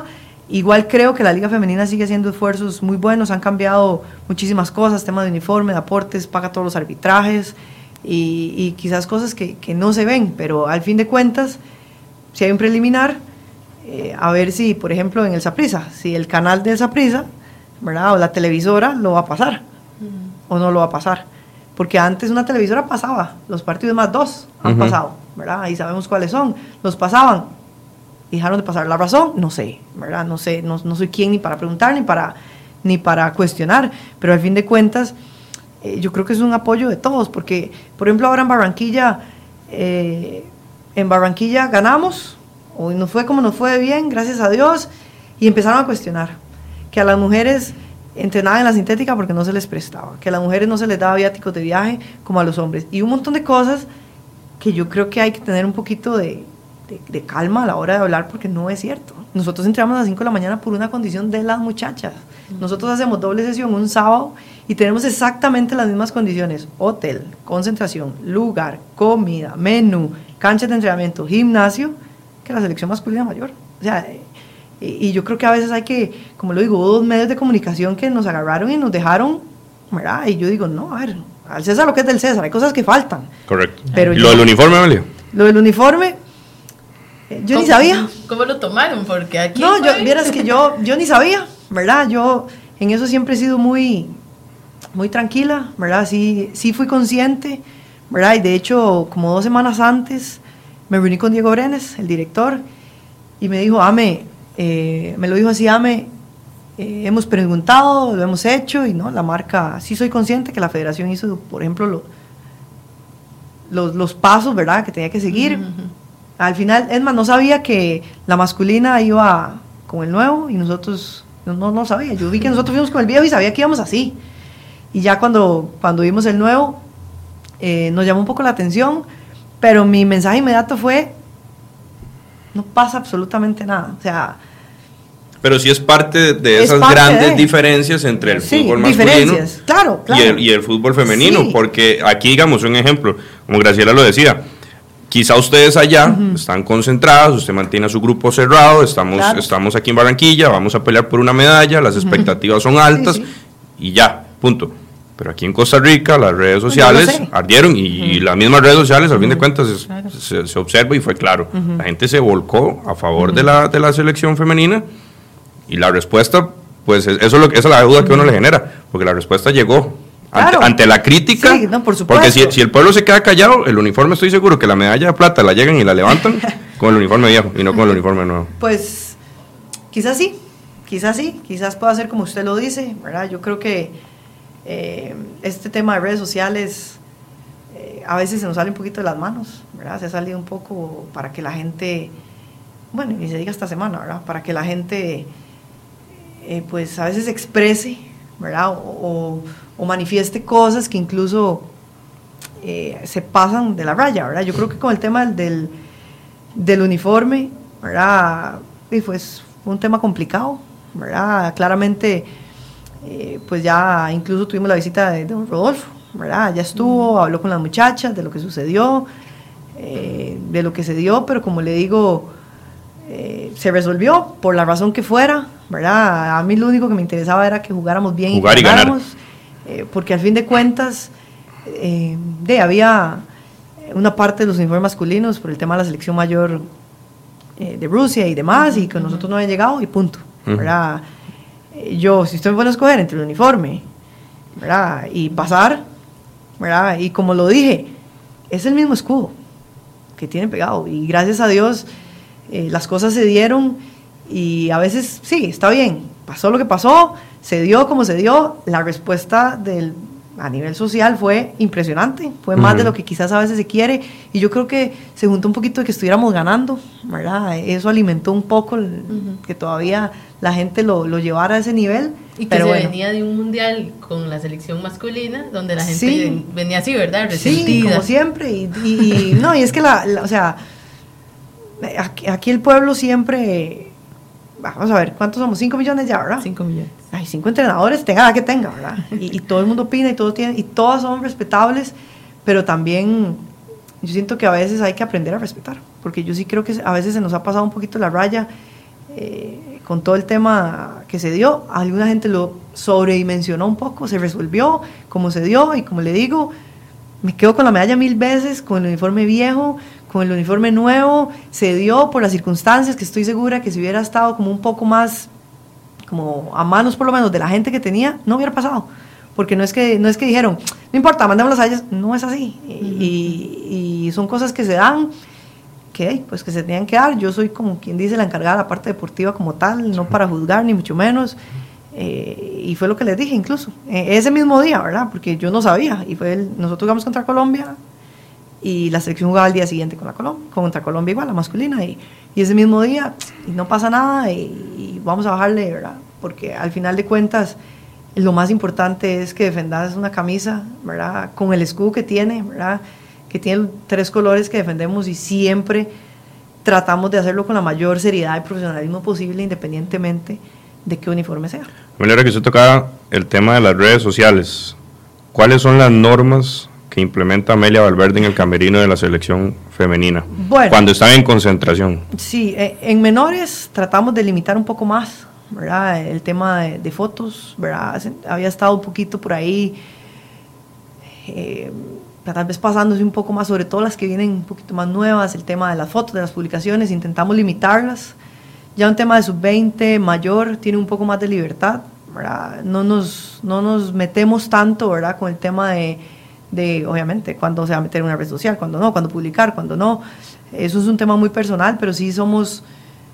[SPEAKER 4] Igual creo que la Liga Femenina sigue haciendo esfuerzos muy buenos, han cambiado muchísimas cosas, tema de uniforme, de aportes, paga todos los arbitrajes y quizás cosas que no se ven, pero al fin de cuentas, si hay un preliminar, a ver si, por ejemplo, en el Saprissa, si el canal del Saprissa, ¿verdad? O la televisora lo va a pasar o no lo va a pasar, porque antes una televisora pasaba, los partidos más 2 han pasado, ¿verdad? Y sabemos cuáles son, los pasaban, dejaron de pasar. La razón, no sé, ¿verdad? No sé, no soy quien ni para preguntar ni para cuestionar, pero al fin de cuentas yo creo que es un apoyo de todos, porque por ejemplo ahora en Barranquilla ganamos, o nos fue como nos fue bien, gracias a Dios, y empezaron a cuestionar que a las mujeres entrenaban en la sintética porque no se les prestaba, que a las mujeres no se les daba viáticos de viaje como a los hombres, y un montón de cosas que yo creo que hay que tener un poquito de calma a la hora de hablar, porque no es cierto. Nosotros entramos a las 5 de la mañana por una condición de las muchachas. Nosotros hacemos doble sesión un sábado y tenemos exactamente las mismas condiciones: hotel, concentración, lugar, comida, menú, cancha de entrenamiento, gimnasio, que la selección masculina mayor. O sea, y yo creo que a veces hay que, como lo digo, hubo 2 medios de comunicación que nos agarraron y nos dejaron, ¿verdad? Y yo digo, no, a ver, al César lo que es del César, hay cosas que faltan.
[SPEAKER 2] Correcto.
[SPEAKER 4] Pero
[SPEAKER 2] ¿Y lo del uniforme, Amelia?
[SPEAKER 4] Lo del uniforme, yo ni sabía.
[SPEAKER 3] ¿Cómo lo tomaron? Porque aquí
[SPEAKER 4] no, vieras que yo ni sabía, ¿verdad? Yo en eso siempre he sido muy tranquila, ¿verdad? Sí fui consciente, ¿verdad? Y de hecho, como 2 semanas antes, me reuní con Diego Brenes, el director, y me dijo, me lo dijo así, hemos preguntado, lo hemos hecho, y no, la marca, sí soy consciente que la federación hizo, por ejemplo, los pasos, ¿verdad?, que tenía que seguir. Al final, es más, no sabía que la masculina iba con el nuevo y nosotros no sabía. Yo vi que nosotros fuimos con el viejo y sabía que íbamos así. Y ya cuando vimos el nuevo, nos llamó un poco la atención, pero mi mensaje inmediato fue, no pasa absolutamente nada. O sea,
[SPEAKER 2] pero sí es parte de esas grandes diferencias entre el fútbol masculino
[SPEAKER 4] claro.
[SPEAKER 2] Y el fútbol femenino, porque aquí, digamos, un ejemplo, como Graciela lo decía, quizá ustedes allá están concentrados, usted mantiene a su grupo cerrado, estamos aquí en Barranquilla, vamos a pelear por una medalla, las expectativas son altas y ya, punto. Pero aquí en Costa Rica las redes sociales ardieron y las mismas redes sociales, al fin de cuentas, se observa y fue claro. La gente se volcó a favor de la selección femenina y la respuesta, pues esa es la duda que uno le genera, porque la respuesta llegó. Ante la crítica,
[SPEAKER 4] por supuesto.
[SPEAKER 2] Porque si el pueblo se queda callado, el uniforme, estoy seguro que la medalla de plata la llegan y la levantan con el uniforme viejo y no con el uniforme nuevo.
[SPEAKER 4] Pues quizás sí, quizás pueda ser como usted lo dice, ¿verdad? Yo creo que este tema de redes sociales a veces se nos sale un poquito de las manos, ¿verdad? Se ha salido un poco para que la gente, bueno, y se diga esta semana, ¿verdad? Para que la gente pues a veces exprese, ¿verdad? O manifieste cosas que incluso se pasan de la raya, ¿verdad? Yo creo que con el tema del uniforme, ¿verdad? Fue un tema complicado, ¿verdad? Claramente, pues ya incluso tuvimos la visita de don Rodolfo, ¿verdad? Ya estuvo, habló con las muchachas de lo que sucedió, de lo que se dio, pero como le digo, se resolvió por la razón que fuera, ¿verdad? A mí lo único que me interesaba era que jugáramos bien y ganáramos, porque al fin de cuentas había una parte de los uniformes masculinos por el tema de la selección mayor de Rusia y demás, y que nosotros no habían llegado y punto, ¿verdad? Yo, si usted me pone a escoger entre el uniforme, ¿verdad?, y pasar, ¿verdad?, y como lo dije, es el mismo escudo que tiene pegado, y gracias a Dios las cosas se dieron, y a veces sí, está bien, pasó lo que pasó, se dio como se dio, la respuesta a nivel social fue impresionante, fue más de lo que quizás a veces se quiere, y yo creo que se juntó un poquito de que estuviéramos ganando, ¿verdad? Eso alimentó un poco que todavía la gente lo llevara a ese nivel.
[SPEAKER 3] Y que se venía de un mundial con la selección masculina, donde la gente venía así, ¿verdad? Resentida.
[SPEAKER 4] Sí, como siempre, y no, y es que o sea, aquí el pueblo siempre, vamos a ver, ¿cuántos somos? 5 millones ya, ¿verdad?
[SPEAKER 3] 5 millones.
[SPEAKER 4] Hay 5 entrenadores, tenga la que tenga, ¿verdad? Y todo el mundo opina y todo tiene, y todas son respetables, pero también yo siento que a veces hay que aprender a respetar, porque yo sí creo que a veces se nos ha pasado un poquito la raya con todo el tema que se dio, alguna gente lo sobredimensionó un poco, se resolvió como se dio, y como le digo, me quedo con la medalla 1000 veces, con el uniforme viejo, con el uniforme nuevo, se dio por las circunstancias que estoy segura que si hubiera estado como un poco más, como a manos por lo menos de la gente que tenía, no hubiera pasado, porque no es que dijeron, no importa, mandémoslas a ellas, no es así, y son cosas que se dan, que pues que se tenían que dar. Yo soy como quien dice la encargada de la parte deportiva como tal, no para juzgar ni mucho menos, y fue lo que les dije incluso, ese mismo día, ¿verdad? Porque yo no sabía, y nosotros jugamos contra Colombia, y la selección jugaba al día siguiente contra Colombia igual, la masculina, y ese mismo día, y no pasa nada, y vamos a bajarle, ¿verdad? Porque al final de cuentas, lo más importante es que defendas una camisa, ¿verdad? Con el escudo que tiene, ¿verdad? Que tiene 3 colores que defendemos, y siempre tratamos de hacerlo con la mayor seriedad y profesionalismo posible, independientemente de qué uniforme sea.
[SPEAKER 2] Ahora que usted tocaba el tema de las redes sociales, ¿cuáles son las normas que implementa Amelia Valverde en el camerino de la selección femenina?
[SPEAKER 4] Bueno,
[SPEAKER 2] cuando están en concentración.
[SPEAKER 4] Sí, en menores tratamos de limitar un poco más, ¿verdad? El tema de fotos, ¿verdad? Había estado un poquito por ahí, tal vez pasándose un poco más, sobre todo las que vienen un poquito más nuevas, el tema de las fotos, de las publicaciones, intentamos limitarlas. Ya un tema de sub-20 mayor tiene un poco más de libertad, ¿verdad? No nos metemos tanto, ¿verdad? Con el tema de obviamente, cuándo se va a meter en una red social, cuándo no, cuándo publicar, cuándo no. Eso es un tema muy personal, pero sí somos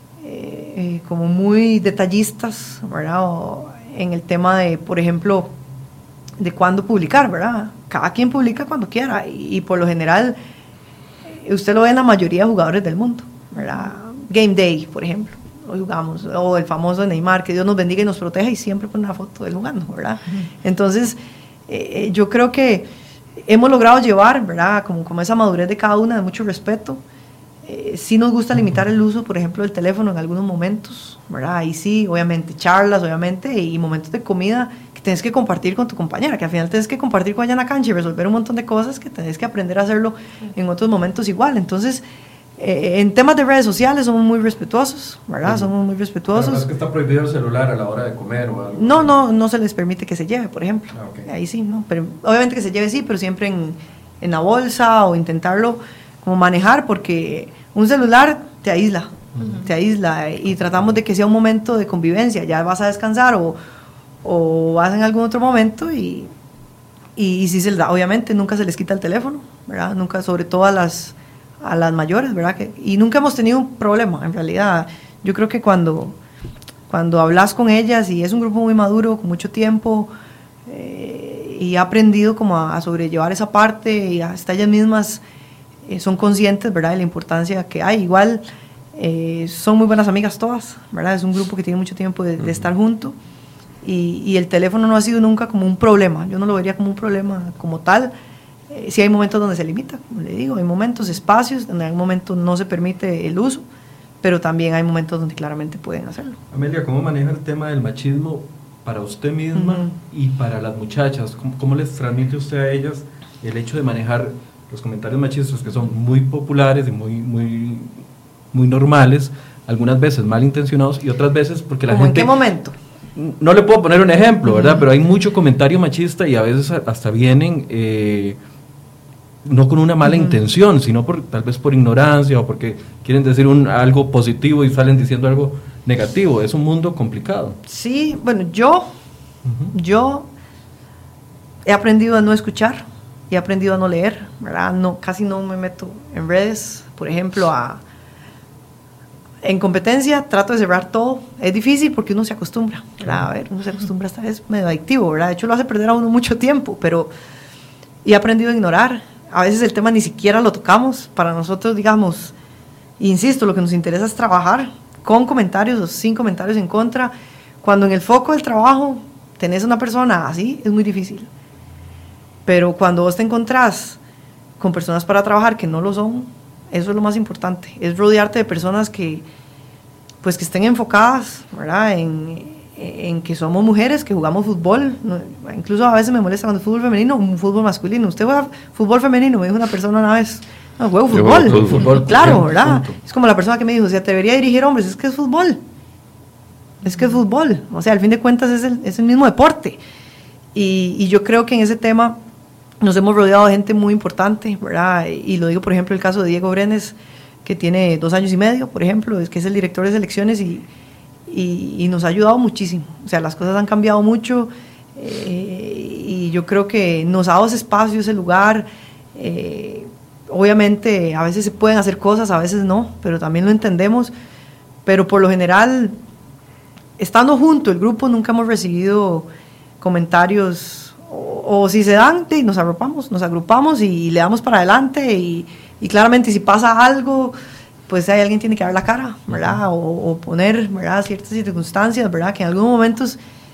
[SPEAKER 4] como muy detallistas, ¿verdad? En el tema de, por ejemplo, de cuándo publicar, ¿verdad? Cada quien publica cuando quiera, y por lo general usted lo ve en la mayoría de jugadores del mundo, ¿verdad? Game Day, por ejemplo, hoy jugamos, o el famoso Neymar, que Dios nos bendiga y nos proteja, y siempre pone una foto de él jugando, ¿verdad? Entonces, yo creo que hemos logrado llevar, ¿verdad? Como esa madurez de cada una, de mucho respeto. Sí nos gusta limitar el uso, por ejemplo, del teléfono en algunos momentos, ¿verdad? Ahí sí, obviamente, charlas, obviamente, y momentos de comida que tienes que compartir con tu compañera, que al final tienes que compartir con ella en la cancha y resolver un montón de cosas que tienes que aprender a hacerlo en otros momentos igual. Entonces, en temas de redes sociales somos muy respetuosos, ¿verdad? Somos muy respetuosos.
[SPEAKER 1] Pero no es que está prohibido el celular a la hora de comer o algo.
[SPEAKER 4] No se les permite que se lleve, por ejemplo.
[SPEAKER 1] Okay.
[SPEAKER 4] Ahí sí, ¿no? Pero obviamente que se lleve sí, pero siempre en la bolsa, o intentarlo como manejar, porque un celular te aísla, y tratamos de que sea un momento de convivencia. Ya vas a descansar o vas en algún otro momento, y si se les da, obviamente nunca se les quita el teléfono, ¿verdad? Nunca, sobre todo a las mayores, ¿verdad? Y nunca hemos tenido un problema, en realidad. Yo creo que cuando hablas con ellas, y es un grupo muy maduro, con mucho tiempo, y ha aprendido como a sobrellevar esa parte, y hasta ellas mismas son conscientes, ¿verdad?, de la importancia que hay. Igual son muy buenas amigas todas, ¿verdad? Es un grupo que tiene mucho tiempo de estar junto, y el teléfono no ha sido nunca como un problema. Yo no lo vería como un problema como tal. Sí hay momentos donde se limita, como le digo, hay momentos, espacios donde en algún momento no se permite el uso, pero también hay momentos donde claramente pueden hacerlo.
[SPEAKER 1] Amelia, ¿cómo maneja el tema del machismo para usted misma y para las muchachas? ¿Cómo les transmite usted a ellas el hecho de manejar los comentarios machistas, que son muy populares y muy normales, algunas veces malintencionados y otras veces porque la gente...
[SPEAKER 4] ¿En qué momento?
[SPEAKER 1] No le puedo poner un ejemplo, ¿verdad? Pero hay mucho comentario machista, y a veces hasta vienen no con una mala intención, sino tal vez por ignorancia, o porque quieren decir algo positivo y salen diciendo algo negativo. Es un mundo complicado.
[SPEAKER 4] Sí, bueno, yo he aprendido a no escuchar, y he aprendido a no leer, ¿verdad? Casi no me meto en redes, por ejemplo, en competencia trato de cerrar todo. Es difícil porque uno se acostumbra, ¿verdad? A ver, uno se acostumbra, hasta es medio adictivo, ¿verdad? De hecho, lo hace perder a uno mucho tiempo, pero he aprendido a ignorar. A veces el tema ni siquiera lo tocamos. Para nosotros, digamos, insisto, lo que nos interesa es trabajar con comentarios o sin comentarios en contra. Cuando en el foco del trabajo tenés una persona así, es muy difícil. Pero cuando vos te encontrás con personas para trabajar que no lo son, eso es lo más importante, es rodearte de personas que estén enfocadas, ¿verdad?, en que somos mujeres, que jugamos fútbol. Incluso a veces me molesta cuando es fútbol femenino o un fútbol masculino. Usted juega fútbol femenino, me dijo una persona una vez. No, juego fútbol. Claro, ¿verdad? Es como la persona que me dijo, se atrevería a dirigir hombres, es que es fútbol. es que es fútbol, o sea, al fin de cuentas es el mismo deporte. Y yo creo que en ese tema nos hemos rodeado de gente muy importante, ¿verdad? Y lo digo, por ejemplo, el caso de Diego Brenes, que tiene 2 años y medio, por ejemplo, que es el director de selecciones y nos ha ayudado muchísimo. O sea, las cosas han cambiado mucho y yo creo que nos ha dado ese espacio, ese lugar. Obviamente, a veces se pueden hacer cosas, a veces no, pero también lo entendemos. Pero por lo general, estando junto el grupo, nunca hemos recibido comentarios, o si se dan, nos agrupamos y le damos para adelante. Y claramente, si pasa algo, pues alguien tiene que dar la cara, ¿verdad? O poner, ¿verdad?, ciertas circunstancias, ¿verdad?, que en algunos momentos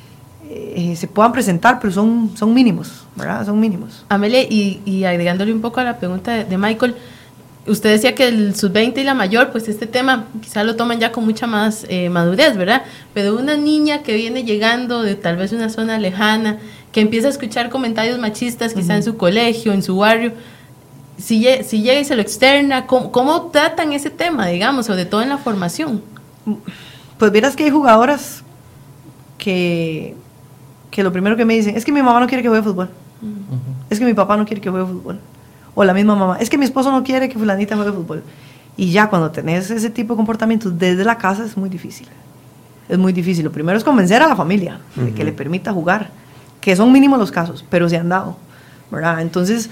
[SPEAKER 4] se puedan presentar, pero son mínimos, ¿verdad? Son mínimos.
[SPEAKER 3] Amelia, y agregándole un poco a la pregunta de Michael, usted decía que el sub-20 y la mayor, pues este tema quizá lo toman ya con mucha más madurez, ¿verdad? Pero una niña que viene llegando de tal vez una zona lejana, que empieza a escuchar comentarios machistas quizá en su colegio, en su barrio, si llega y se lo externa, ¿cómo tratan ese tema, digamos, sobre todo en la formación?
[SPEAKER 4] Pues vieras que hay jugadoras que lo primero que me dicen es que mi mamá no quiere que juegue fútbol, es que mi papá no quiere que juegue fútbol, o la misma mamá, es que mi esposo no quiere que fulanita juegue fútbol. Y ya cuando tenés ese tipo de comportamientos desde la casa es muy difícil. Lo primero es convencer a la familia de que le permita jugar, que son mínimos los casos, pero se han dado, ¿verdad? Entonces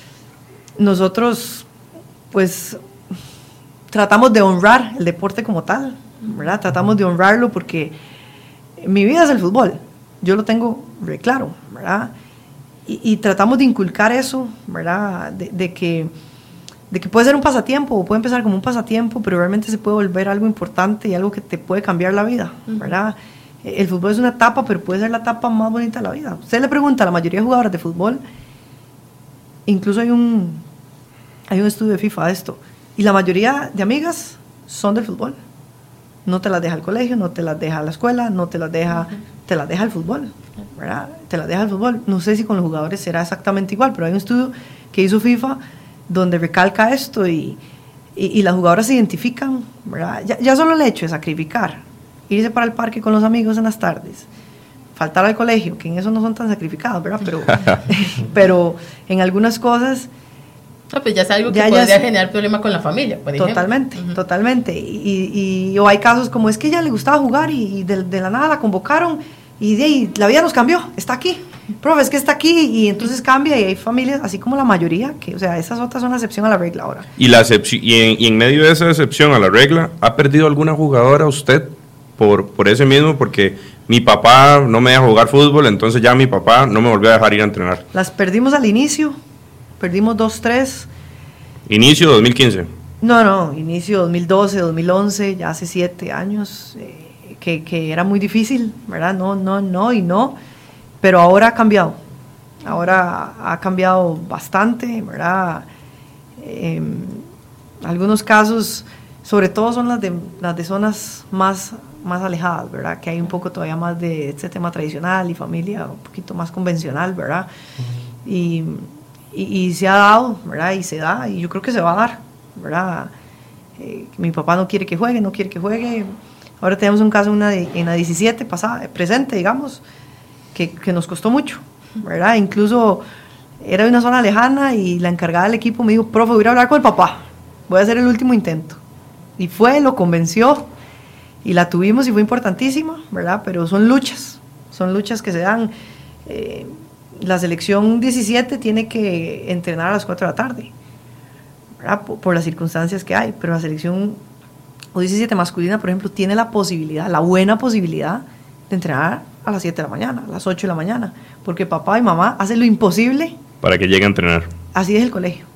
[SPEAKER 4] nosotros pues tratamos de honrar el deporte como tal, ¿verdad? Tratamos de honrarlo porque mi vida es el fútbol, yo lo tengo re claro, ¿verdad? Y tratamos de inculcar eso, ¿verdad? De que puede ser un pasatiempo o puede empezar como un pasatiempo, pero realmente se puede volver algo importante y algo que te puede cambiar la vida, ¿verdad? El fútbol es una etapa, pero puede ser la etapa más bonita de la vida. Usted le pregunta a la mayoría de jugadoras de fútbol, incluso hay un estudio de FIFA de esto, y la mayoría de amigas son del fútbol. No te las deja el colegio, no te las deja la escuela, no te las deja, te las deja el fútbol, ¿verdad? Te las deja el fútbol. No sé si con los jugadores será exactamente igual, pero hay un estudio que hizo FIFA donde recalca esto y las jugadoras se identifican, ¿verdad? Ya solo el hecho de sacrificar, irse para el parque con los amigos en las tardes, faltar al colegio, que en eso no son tan sacrificados, ¿verdad? Pero en algunas cosas...
[SPEAKER 3] No, pues ya es algo que podría generar problema con la familia, por ejemplo.
[SPEAKER 4] Totalmente. Y o hay casos como es que ella le gustaba jugar y de la nada la convocaron y la vida nos cambió, está aquí. Profe, es que está aquí y entonces cambia y hay familias, así como la mayoría, que, o sea, esas otras son la excepción a la regla ahora.
[SPEAKER 2] Y en medio de esa excepción a la regla, ¿ha perdido alguna jugadora usted por ese mismo? Porque mi papá no me deja jugar fútbol, entonces ya mi papá no me volvió a dejar ir a entrenar.
[SPEAKER 4] Las perdimos al inicio, perdimos 2-3.
[SPEAKER 2] ¿Inicio 2015?
[SPEAKER 4] No, inicio 2012, 2011, ya hace 7 años, que era muy difícil, ¿verdad? No, pero ahora ha cambiado bastante, ¿verdad? Algunos casos, sobre todo son las de zonas más alejadas, ¿verdad? Que hay un poco todavía más de este tema tradicional y familia un poquito más convencional, ¿verdad? Y se ha dado, ¿verdad? Y se da, y yo creo que se va a dar, ¿verdad? Mi papá no quiere que juegue. Ahora tenemos un caso en la 17 presente, digamos, que nos costó mucho, ¿verdad? Incluso era de una zona lejana y la encargada del equipo me dijo, profe, voy a hablar con el papá, voy a hacer el último intento. Y lo convenció, y la tuvimos y fue importantísima, ¿verdad? Pero son luchas que se dan. La selección 17 tiene que entrenar a las 4 de la tarde, ¿verdad? Por las circunstancias que hay, pero la selección U17 masculina, por ejemplo, tiene la buena posibilidad de entrenar a las 7 de la mañana, a las 8 de la mañana, porque papá y mamá hacen lo imposible
[SPEAKER 2] para que llegue a entrenar.
[SPEAKER 4] Así es el colegio.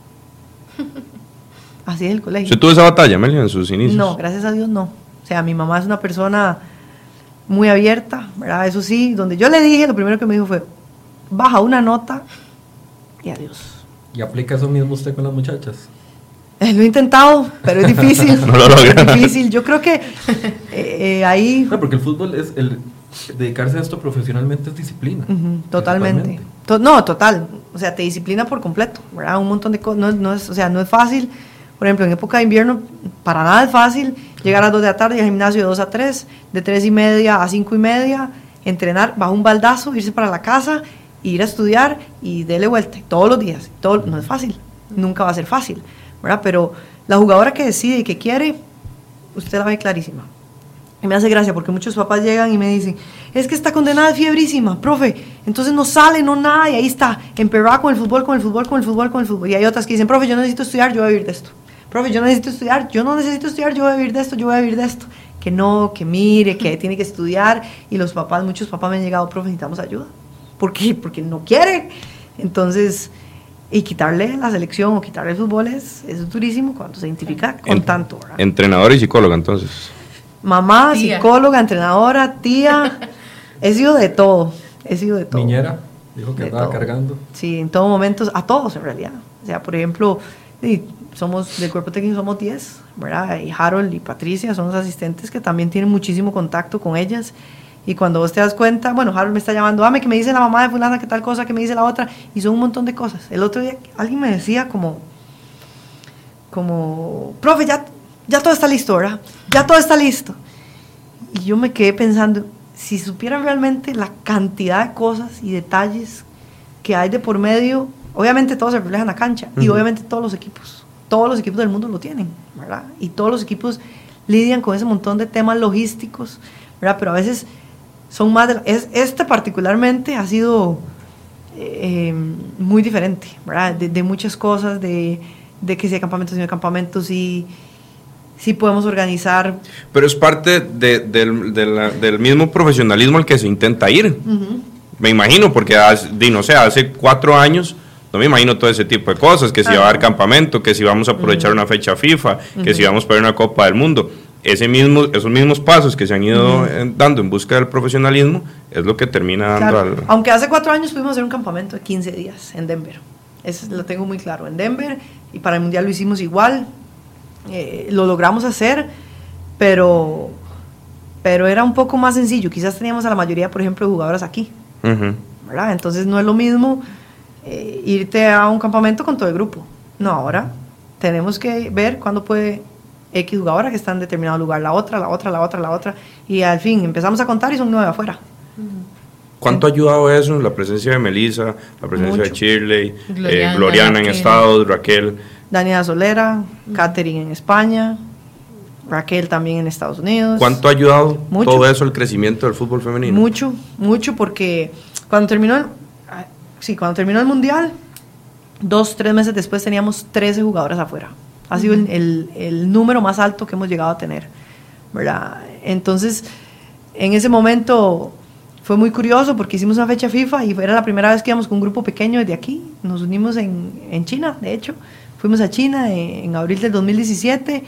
[SPEAKER 2] ¿Usted tuvo esa batalla, Amelia, en sus inicios?
[SPEAKER 4] No, gracias a Dios no. O sea, mi mamá es una persona muy abierta, ¿verdad? Eso sí, donde yo le dije, lo primero que me dijo fue, baja una nota y adiós.
[SPEAKER 1] ¿Y aplica eso mismo usted con las muchachas?
[SPEAKER 4] Lo he intentado, pero es difícil.
[SPEAKER 2] No lo logra.
[SPEAKER 4] Es difícil. Yo creo que ahí...
[SPEAKER 1] No, porque el fútbol dedicarse a esto profesionalmente es disciplina.
[SPEAKER 4] Totalmente. Total. O sea, te disciplina por completo, ¿verdad? Un montón de cosas. No es fácil. Por ejemplo, en época de invierno, para nada es fácil. Llegar a las 2 de la tarde y al gimnasio de 2 a 3, de 3:30 a 5:30, entrenar bajo un baldazo, irse para la casa, ir a estudiar y darle vuelta todos los días. No es fácil, nunca va a ser fácil, ¿verdad? Pero la jugadora que decide y que quiere, usted la ve clarísima. Y me hace gracia porque muchos papás llegan y me dicen, es que está condenada de fiebrísima, profe, entonces no sale, no nada, y ahí está, emperrada con el fútbol. Y hay otras que dicen, profe, yo necesito estudiar, yo voy a vivir de esto. Profe, yo necesito estudiar, yo no necesito estudiar, yo voy a vivir de esto. Que no, que mire, que tiene que estudiar. Y los papás, muchos papás me han llegado, profe, necesitamos ayuda. ¿Por qué? Porque no quiere. Entonces, y quitarle la selección o quitarle el fútbol es durísimo cuando se identifica con tanto, ¿verdad?
[SPEAKER 2] Entrenadora y psicóloga, entonces.
[SPEAKER 4] Mamá,
[SPEAKER 3] Tía.
[SPEAKER 4] psicóloga, entrenadora, tía, he sido de todo.
[SPEAKER 1] Niñera, dijo que
[SPEAKER 4] De
[SPEAKER 1] estaba
[SPEAKER 4] todo.
[SPEAKER 1] cargando.
[SPEAKER 4] Sí, en todo momento, a todos en realidad. O sea, por ejemplo, somos del cuerpo técnico, somos 10, ¿verdad? Y Harold y Patricia son los asistentes que también tienen muchísimo contacto con ellas. Y cuando vos te das cuenta, bueno, Harold me está llamando, que me dice la mamá de fulana, que tal cosa, que me dice la otra, y son un montón de cosas. El otro día alguien me decía como profe, ya todo está listo, ¿verdad? Ya todo está listo. Y yo me quedé pensando, si supieran realmente la cantidad de cosas y detalles que hay de por medio, obviamente todo se refleja en la cancha, y obviamente todos los equipos del mundo lo tienen, ¿verdad? Y todos los equipos lidian con ese montón de temas logísticos, ¿verdad? Pero a veces son más este particularmente ha sido muy diferente, ¿verdad? De muchas cosas, de que si hay campamentos, si no hay campamentos, y sí podemos organizar.
[SPEAKER 2] Pero es parte del mismo profesionalismo al que se intenta ir. Me imagino, porque hace 4 años no me imagino todo ese tipo de cosas, que si va a haber campamento, que si vamos a aprovechar una fecha FIFA, que si vamos a ver una Copa del Mundo. Esos mismos pasos que se han ido dando en busca del profesionalismo es lo que termina dando
[SPEAKER 4] Aunque hace 4 años pudimos hacer un campamento de 15 días en Denver. Eso lo tengo muy claro, en Denver, y para el Mundial lo hicimos igual. Lo logramos hacer, pero era un poco más sencillo. Quizás teníamos a la mayoría, por ejemplo, de jugadoras aquí, ¿verdad? Entonces no es lo mismo irte a un campamento con todo el grupo. No, ahora tenemos que ver cuándo puede X jugadora que está en determinado lugar, la otra, y al fin empezamos a contar y son 9 afuera.
[SPEAKER 2] ¿Cuánto ha ayudado eso? La presencia de Melissa, la presencia de Shirley, Gloriana en
[SPEAKER 3] Raquel.
[SPEAKER 2] Estados, Raquel.
[SPEAKER 4] Daniela Solera, Catherine en España, Raquel también en Estados Unidos.
[SPEAKER 2] ¿Cuánto ha ayudado
[SPEAKER 4] Mucho.
[SPEAKER 2] todo eso al crecimiento del fútbol femenino?
[SPEAKER 4] Mucho, porque cuando terminó el Mundial, 2-3 meses después teníamos 13 jugadoras afuera. Ha sido el número más alto que hemos llegado a tener, ¿verdad? Entonces, en ese momento fue muy curioso porque hicimos una fecha FIFA y era la primera vez que íbamos con un grupo pequeño desde aquí. Nos unimos en China, de hecho. Fuimos a China en abril del 2017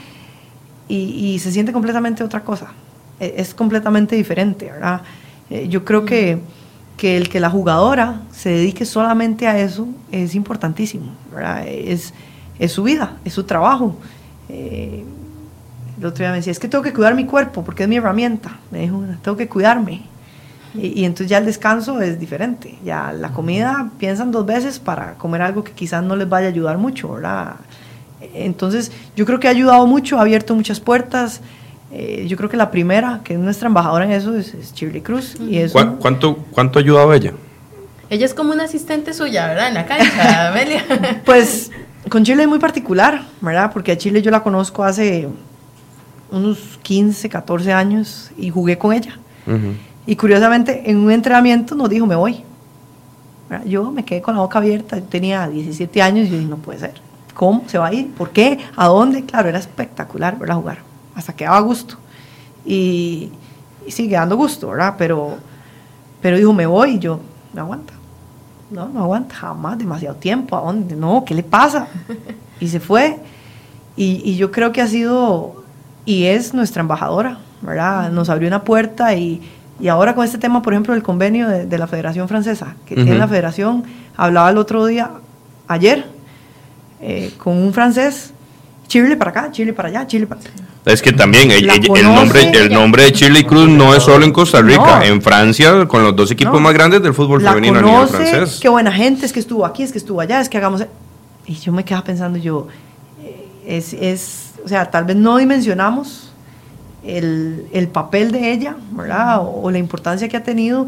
[SPEAKER 4] y se siente completamente otra cosa. Es completamente diferente, ¿verdad? Yo creo que el que la jugadora se dedique solamente a eso es importantísimo, ¿verdad? Es su vida, es su trabajo. El otro día me decía, es que tengo que cuidar mi cuerpo porque es mi herramienta. Me dijo, tengo que cuidarme. Y entonces ya el descanso es diferente. Ya la comida piensan 2 veces para comer algo que quizás no les vaya a ayudar mucho, ¿verdad? Entonces yo creo que ha ayudado mucho, ha abierto muchas puertas. Yo creo que la primera, que es nuestra embajadora en eso, es Shirley Cruz. Y eso,
[SPEAKER 2] ¿Cuánto ha ayudado ella?
[SPEAKER 3] Ella es como una asistente suya, ¿verdad? En la cancha, Amelia.
[SPEAKER 4] Pues con Shirley es muy particular, ¿verdad? Porque a Shirley yo la conozco hace unos 15, 14 años y jugué con ella. Y curiosamente, en un entrenamiento nos dijo, me voy. ¿Verdad? Yo me quedé con la boca abierta, yo tenía 17 años y yo dije, no puede ser. ¿Cómo? ¿Se va a ir? ¿Por qué? ¿A dónde? Claro, era espectacular verla jugar. Hasta que daba gusto. Y sigue dando gusto, ¿verdad? Pero dijo, me voy, y yo, no aguanta. No aguanta, jamás, demasiado tiempo. ¿A dónde? No, ¿qué le pasa? Y se fue. Y yo creo que ha sido, y es nuestra embajadora, ¿verdad? Nos abrió una puerta y ahora con este tema, por ejemplo, del convenio de la Federación Francesa, que tiene la Federación, hablaba el otro día, ayer, con un francés, Chile para acá, Chile para allá, Chile para allá.
[SPEAKER 2] Es que también el
[SPEAKER 4] conoce,
[SPEAKER 2] nombre de Shirley Cruz no es solo en Costa Rica,
[SPEAKER 4] No.
[SPEAKER 2] en Francia, con los 2 equipos más grandes del fútbol femenino a nivel francés.
[SPEAKER 4] Qué buena gente, es que estuvo aquí, es que estuvo allá, es que hagamos... Y yo me quedaba pensando, o sea, tal vez no dimensionamos el papel de ella, ¿verdad? O la importancia que ha tenido,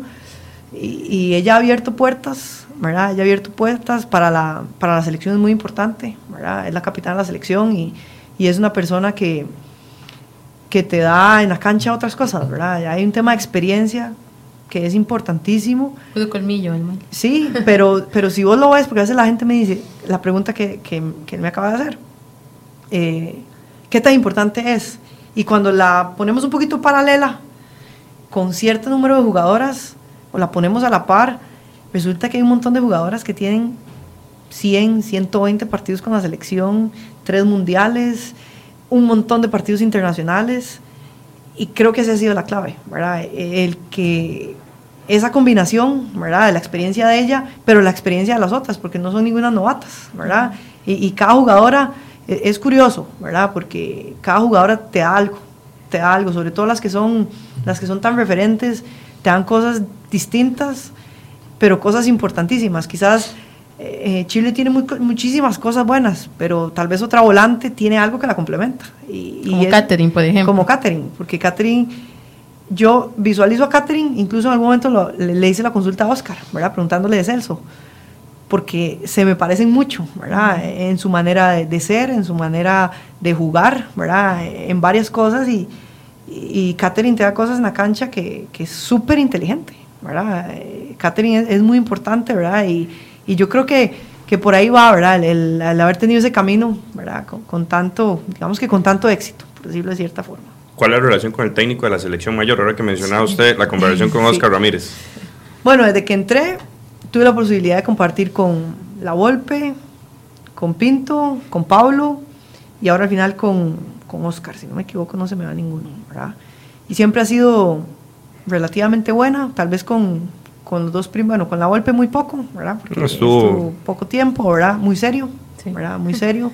[SPEAKER 4] y ella ha abierto puertas, ¿verdad? Ella ha abierto puertas para la selección, es muy importante, ¿verdad? Es la capitana de la selección y es una persona que te da en la cancha otras cosas, ¿verdad? Hay un tema de experiencia que es importantísimo.
[SPEAKER 3] Pudo colmillo, hermano.
[SPEAKER 4] Sí, pero si vos lo ves, porque a veces la gente me dice, la pregunta que él me acaba de hacer, ¿qué tan importante es? Y cuando la ponemos un poquito paralela con cierto número de jugadoras, o la ponemos a la par, resulta que hay un montón de jugadoras que tienen 100, 120 partidos con la selección, 3 mundiales, un montón de partidos internacionales, y creo que esa ha sido la clave, ¿verdad? El que esa combinación, ¿verdad? De la experiencia de ella, pero la experiencia de las otras, porque no son ninguna novatas, ¿verdad? Y cada jugadora, es curioso, ¿verdad? Porque cada jugadora te da algo, sobre todo las que son tan referentes, te dan cosas distintas, pero cosas importantísimas. Quizás Chile tiene muchísimas cosas buenas, pero tal vez otra volante tiene algo que la complementa.
[SPEAKER 3] Como Katherine, por ejemplo.
[SPEAKER 4] Como Katherine, porque Katherine, yo visualizo a Katherine, incluso en algún momento le hice la consulta a Oscar, ¿verdad? Preguntándole de Celso, porque se me parecen mucho, ¿verdad? En su manera de ser, en su manera de jugar, ¿verdad? En varias cosas, y Katherine te da cosas en la cancha que es súper inteligente, ¿verdad? Katherine es muy importante, ¿verdad? Y yo creo que por ahí va, ¿verdad? El haber tenido ese camino, ¿verdad? Con tanto, digamos que con tanto éxito, por decirlo de cierta forma.
[SPEAKER 2] ¿Cuál es la relación con el técnico de la selección mayor? Ahora que mencionaba usted la conversación con Oscar Ramírez.
[SPEAKER 4] Bueno, desde que entré, tuve la posibilidad de compartir con La Volpe, con Pinto, con Pablo, y ahora al final con Oscar, si no me equivoco, no se me va ninguno, ¿verdad? Y siempre ha sido relativamente buena, tal vez con los dos primos, bueno, con La Volpe muy poco, ¿verdad? Porque estuvo poco tiempo, ¿verdad? Muy serio, sí. ¿Verdad? Muy serio.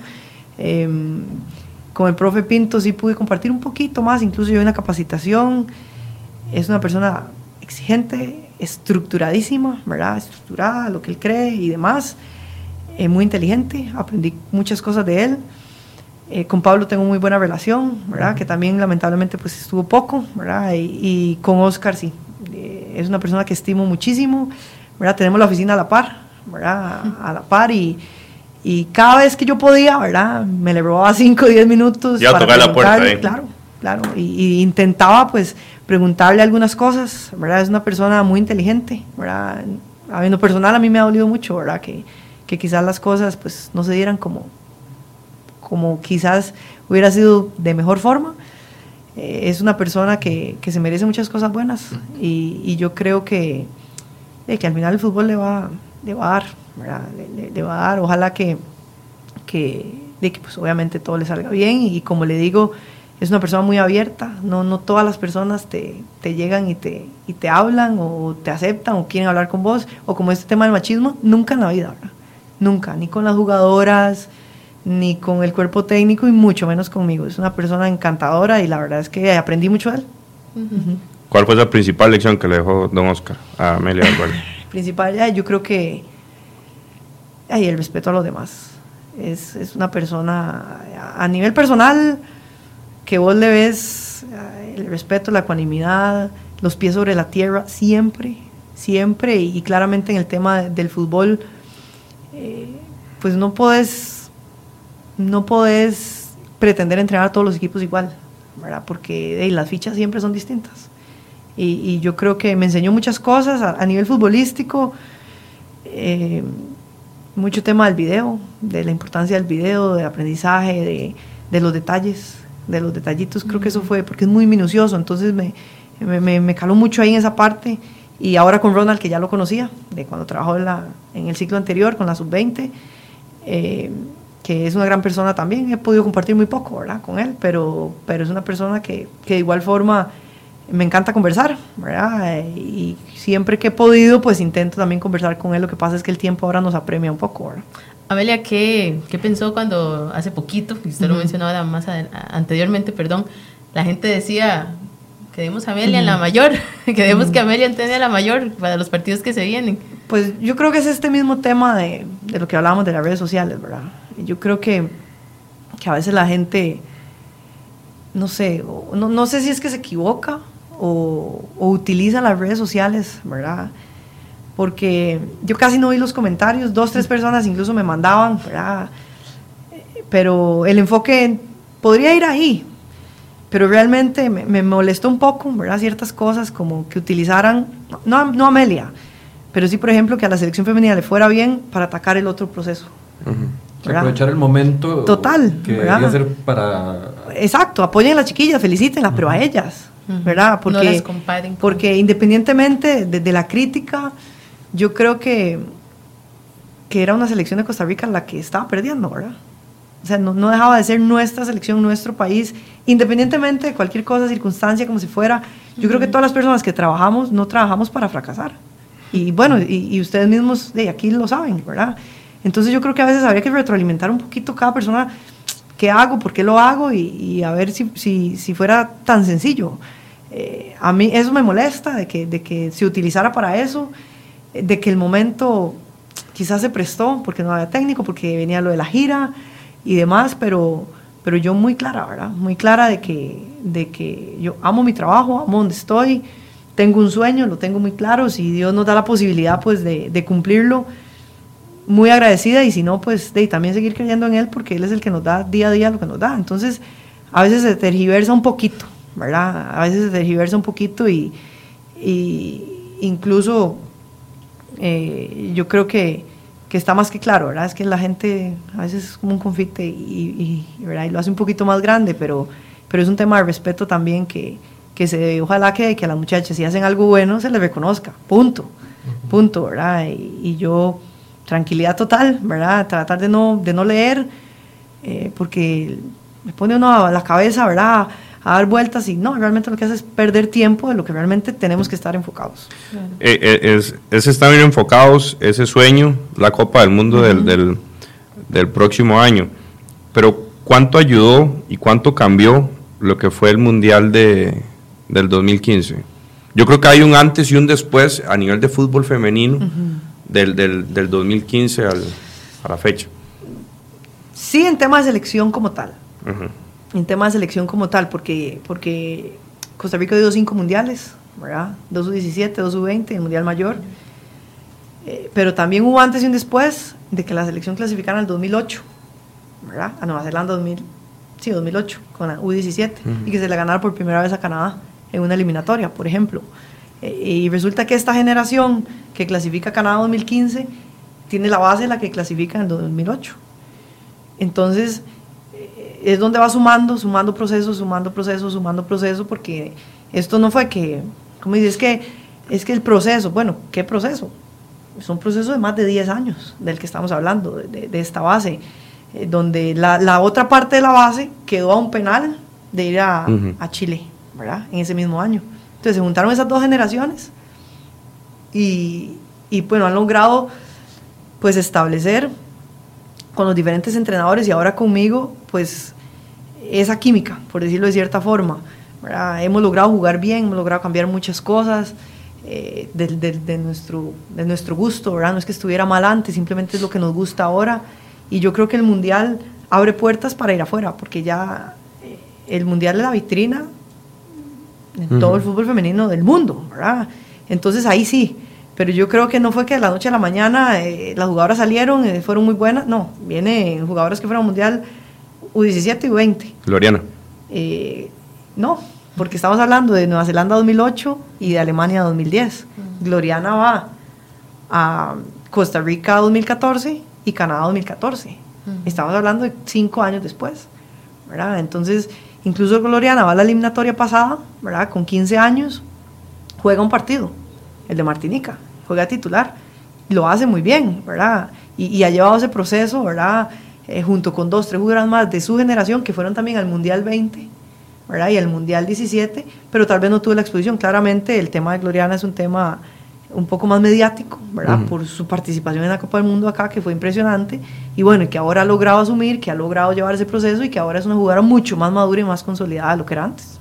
[SPEAKER 4] Con el profe Pinto sí pude compartir un poquito más, incluso yo en la capacitación. Es una persona exigente, estructuradísima, ¿verdad? Estructurada, lo que él cree y demás. Muy inteligente, aprendí muchas cosas de él. Con Pablo tengo muy buena relación, ¿verdad? Que también lamentablemente pues estuvo poco, ¿verdad? Y con Oscar sí. Es una persona que estimo muchísimo, ¿verdad? Tenemos la oficina a la par, ¿verdad? A la par, y cada vez que yo podía, ¿verdad? Me le robaba 5 o 10 minutos
[SPEAKER 2] ya para tocar la puerta,
[SPEAKER 4] claro, y intentaba pues preguntarle algunas cosas, ¿verdad? Es una persona muy inteligente, ¿verdad? A lo personal a mí me ha dolido mucho, ¿verdad? Que quizás las cosas pues no se dieran como quizás hubiera sido de mejor forma. Es una persona que se merece muchas cosas buenas, y yo creo que al final el fútbol le va a dar, ¿verdad? Le va a dar, ojalá que pues obviamente todo le salga bien, y como le digo, es una persona muy abierta, no todas las personas te llegan y te hablan o te aceptan o quieren hablar con vos, o como este tema del machismo, nunca en la vida, ¿verdad? Nunca, ni con las jugadoras, ni con el cuerpo técnico, y mucho menos conmigo. Es una persona encantadora, y la verdad es que aprendí mucho de él.
[SPEAKER 3] Uh-huh.
[SPEAKER 2] ¿Cuál fue la principal lección que le dejó don Oscar a Amelia Álvarez?
[SPEAKER 4] Principal, yo creo que el respeto a los demás. Es una persona a nivel personal que vos le ves el respeto, la ecuanimidad, los pies sobre la tierra, siempre, y claramente en el tema del fútbol, pues no podés pretender entrenar a todos los equipos igual, ¿verdad? Porque las fichas siempre son distintas. Y yo creo que me enseñó muchas cosas a nivel futbolístico, mucho tema del video, de la importancia del video, del aprendizaje, de los detalles, de los detallitos. Creo que eso fue, porque es muy minucioso, entonces me caló mucho ahí en esa parte. Y ahora con Ronald, que ya lo conocía, de cuando trabajó en el ciclo anterior, con la sub-20, que es una gran persona también. He podido compartir muy poco, ¿verdad? Con él, pero es una persona que de igual forma me encanta conversar, ¿verdad? Y siempre que he podido, pues intento también conversar con él. Lo que pasa es que el tiempo ahora nos apremia un poco, ¿verdad?
[SPEAKER 3] Amelia, ¿qué pensó cuando hace poquito, y usted lo mencionaba anteriormente, la gente decía, queremos a Amelia en la mayor, queremos que Amelia entrene a la mayor para los partidos que se vienen? Pues
[SPEAKER 4] yo creo que es este mismo tema de lo que hablábamos de las redes sociales, ¿verdad? Yo creo que a veces la gente no sé, no sé si es que se equivoca o utiliza las redes sociales, ¿verdad? Porque yo casi no vi los comentarios, 2, 3 personas incluso me mandaban, ¿verdad? Pero el enfoque podría ir ahí, pero realmente me molestó un poco, ¿verdad? Ciertas cosas como que utilizaran, no Amelia, pero sí, por ejemplo, que a la selección femenina le fuera bien para atacar el otro proceso.
[SPEAKER 1] Aprovechar el momento
[SPEAKER 4] total,
[SPEAKER 1] que
[SPEAKER 4] ¿verdad?
[SPEAKER 1] debería ser para...
[SPEAKER 4] Exacto, apoyen a las chiquillas, felicítenlas, pero a ellas, ¿verdad? Porque,
[SPEAKER 3] no las comparen.
[SPEAKER 4] Porque independientemente de la crítica, yo creo que era una selección de Costa Rica la que estaba perdiendo, ¿verdad? O sea, no dejaba de ser nuestra selección, nuestro país, independientemente de cualquier cosa, circunstancia, como si fuera. Yo creo que todas las personas que trabajamos, no trabajamos para fracasar. Y bueno, y ustedes mismos de aquí lo saben, ¿verdad? Entonces yo creo que a veces habría que retroalimentar un poquito cada persona, qué hago, por qué lo hago, y a ver si fuera tan sencillo. A mí eso me molesta, de que se utilizara para eso, de que el momento quizás se prestó, porque no había técnico, porque venía lo de la gira y demás, pero yo muy clara, ¿verdad? Muy clara de que yo amo mi trabajo, amo donde estoy, tengo un sueño, lo tengo muy claro, si Dios nos da la posibilidad pues de cumplirlo, muy agradecida, y si no, pues también seguir creyendo en Él, porque Él es el que nos da día a día lo que nos da. Entonces, a veces se tergiversa un poquito, ¿verdad? A veces se tergiversa un poquito y incluso yo creo que está más que claro, ¿verdad? Es que la gente a veces es como un conflicto ¿verdad? Y lo hace un poquito más grande, pero es un tema de respeto también que ojalá que a las muchachas, si hacen algo bueno, se les reconozca, punto, ¿verdad? Y yo, tranquilidad total, ¿verdad? Tratar de no leer, porque me pone uno a la cabeza, ¿verdad? A dar vueltas, y no, realmente lo que hace es perder tiempo de lo que realmente tenemos que estar enfocados.
[SPEAKER 2] Claro. Es estar bien enfocados, ese sueño, la Copa del Mundo del próximo año. Pero ¿cuánto ayudó y cuánto cambió lo que fue el Mundial del 2015? Yo creo que hay un antes y un después a nivel de fútbol femenino del 2015 a la fecha.
[SPEAKER 4] Sí, en tema de selección como tal. En tema de selección como tal, porque Costa Rica dio 5 mundiales, ¿verdad? 2 U17, 2 U20, el Mundial Mayor. Pero también hubo antes y un después de que la selección clasificara en el 2008, ¿verdad? A Nueva Zelanda 2008, con la U17, y que se le ganara por primera vez a Canadá en una eliminatoria, por ejemplo. Y resulta que esta generación que clasifica a Canadá 2015 tiene la base de la que clasifica en el 2008. Entonces, es donde va sumando proceso, porque esto no fue que, como dices, es que el proceso, bueno, ¿qué proceso? Es un proceso de más de 10 años del que estamos hablando, de esta base, donde la otra parte de la base quedó a un penal de ir a Chile, ¿verdad? En ese mismo año. Entonces se juntaron esas 2 generaciones y bueno, han logrado pues establecer con los diferentes entrenadores y ahora conmigo, pues esa química, por decirlo de cierta forma, ¿verdad? Hemos logrado jugar bien, hemos logrado cambiar muchas cosas de nuestro gusto, ¿verdad? No es que estuviera mal antes, simplemente es lo que nos gusta ahora, y yo creo que el Mundial abre puertas para ir afuera, porque ya el Mundial es la vitrina en todo el fútbol femenino del mundo, ¿verdad? Entonces ahí sí. Pero yo creo que no fue que de la noche a la mañana las jugadoras salieron, fueron muy buenas. No, vienen jugadoras que fueron al Mundial U17 y U20.
[SPEAKER 2] Gloriana.
[SPEAKER 4] No, porque estamos hablando de Nueva Zelanda 2008 y de Alemania 2010. Gloriana va a Costa Rica 2014 y Canadá 2014. Estamos hablando de 5 años después, ¿verdad? Entonces, incluso Gloriana va a la eliminatoria pasada, ¿verdad? Con 15 años, juega un partido, el de Martinica, juega titular, lo hace muy bien, ¿verdad? Y ha llevado ese proceso, ¿verdad? Junto con 2, 3 jugadoras más de su generación que fueron también al Mundial 20, ¿verdad? Y al Mundial 17, pero tal vez no tuvo la exposición. Claramente el tema de Gloriana es un tema un poco más mediático, ¿verdad? Por su participación en la Copa del Mundo acá, que fue impresionante, y bueno, que ahora ha logrado asumir, que ha logrado llevar ese proceso y que ahora es una jugadora mucho más madura y más consolidada de lo que era antes.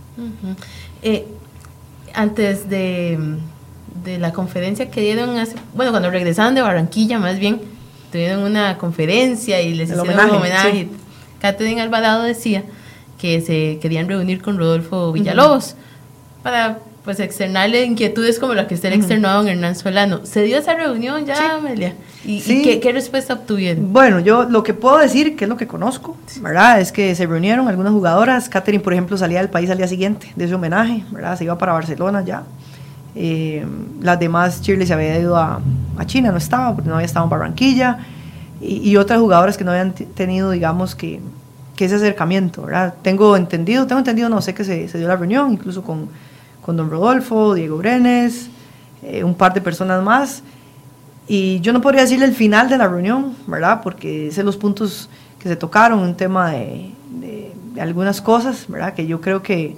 [SPEAKER 3] Antes de la conferencia que dieron cuando regresaron de Barranquilla, más bien, tuvieron una conferencia y les hicieron un homenaje. Sí. Catherine Alvarado decía que se querían reunir con Rodolfo Villalobos para pues externarle inquietudes como la que usted le externó a Hernán Solano. ¿Se dio esa reunión ya, sí, Amelia? ¿Y qué respuesta obtuvieron?
[SPEAKER 4] Bueno, yo lo que puedo decir, que es lo que conozco, ¿verdad? Es que se reunieron algunas jugadoras. Katherine, por ejemplo, salía del país al día siguiente de ese homenaje, ¿verdad? Se iba para Barcelona ya. Las demás, Shirley se había ido a China, no estaba, porque no había estado en Barranquilla. Y otras jugadoras que no habían tenido, digamos, que ese acercamiento, ¿verdad? Tengo entendido, no sé, que se dio la reunión, incluso con don Rodolfo, Diego Brenes, un par de personas más, y yo no podría decirle el final de la reunión, ¿verdad? Porque sé los puntos que se tocaron, un tema de algunas cosas, ¿verdad? Que yo creo que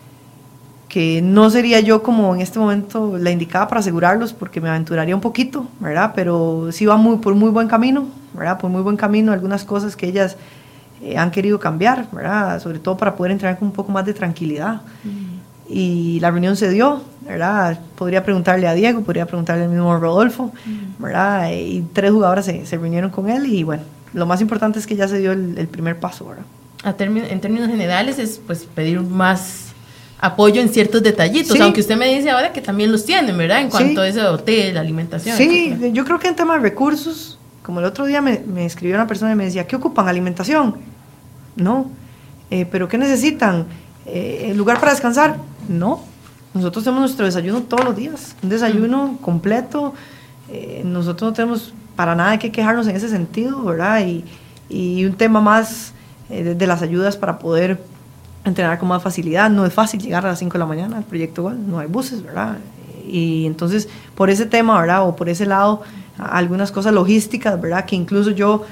[SPEAKER 4] no sería yo como en este momento la indicada para asegurarlos, porque me aventuraría un poquito, ¿verdad? Pero sí va por muy buen camino, ¿verdad? Por muy buen camino, algunas cosas que ellas han querido cambiar, ¿verdad? Sobre todo para poder entrenar con un poco más de tranquilidad. Y la reunión se dio, ¿verdad? Podría preguntarle a Diego, podría preguntarle al mismo Rodolfo, ¿verdad? Y 3 jugadoras se reunieron con él, y bueno, lo más importante es que ya se dio el primer paso, ¿verdad?
[SPEAKER 3] En términos generales es pues pedir más apoyo en ciertos detallitos, sí, aunque usted me dice ahora que también los tienen, ¿verdad? En cuanto a ese hotel, la alimentación.
[SPEAKER 4] Sí,
[SPEAKER 3] etcétera.
[SPEAKER 4] Yo creo que en tema de recursos, como el otro día me escribió una persona y me decía, ¿qué ocupan? ¿Alimentación? No. ¿Pero qué necesitan? ¿Lugar para descansar? No. Nosotros tenemos nuestro desayuno todos los días, un desayuno completo. Nosotros no tenemos para nada que quejarnos en ese sentido, ¿verdad? Y un tema más de las ayudas para poder entrenar con más facilidad. No es fácil llegar a las 5 de la mañana al Proyecto Gol, no hay buses, ¿verdad? Y entonces, por ese tema, ¿verdad? O por ese lado, algunas cosas logísticas, ¿verdad? Que incluso yo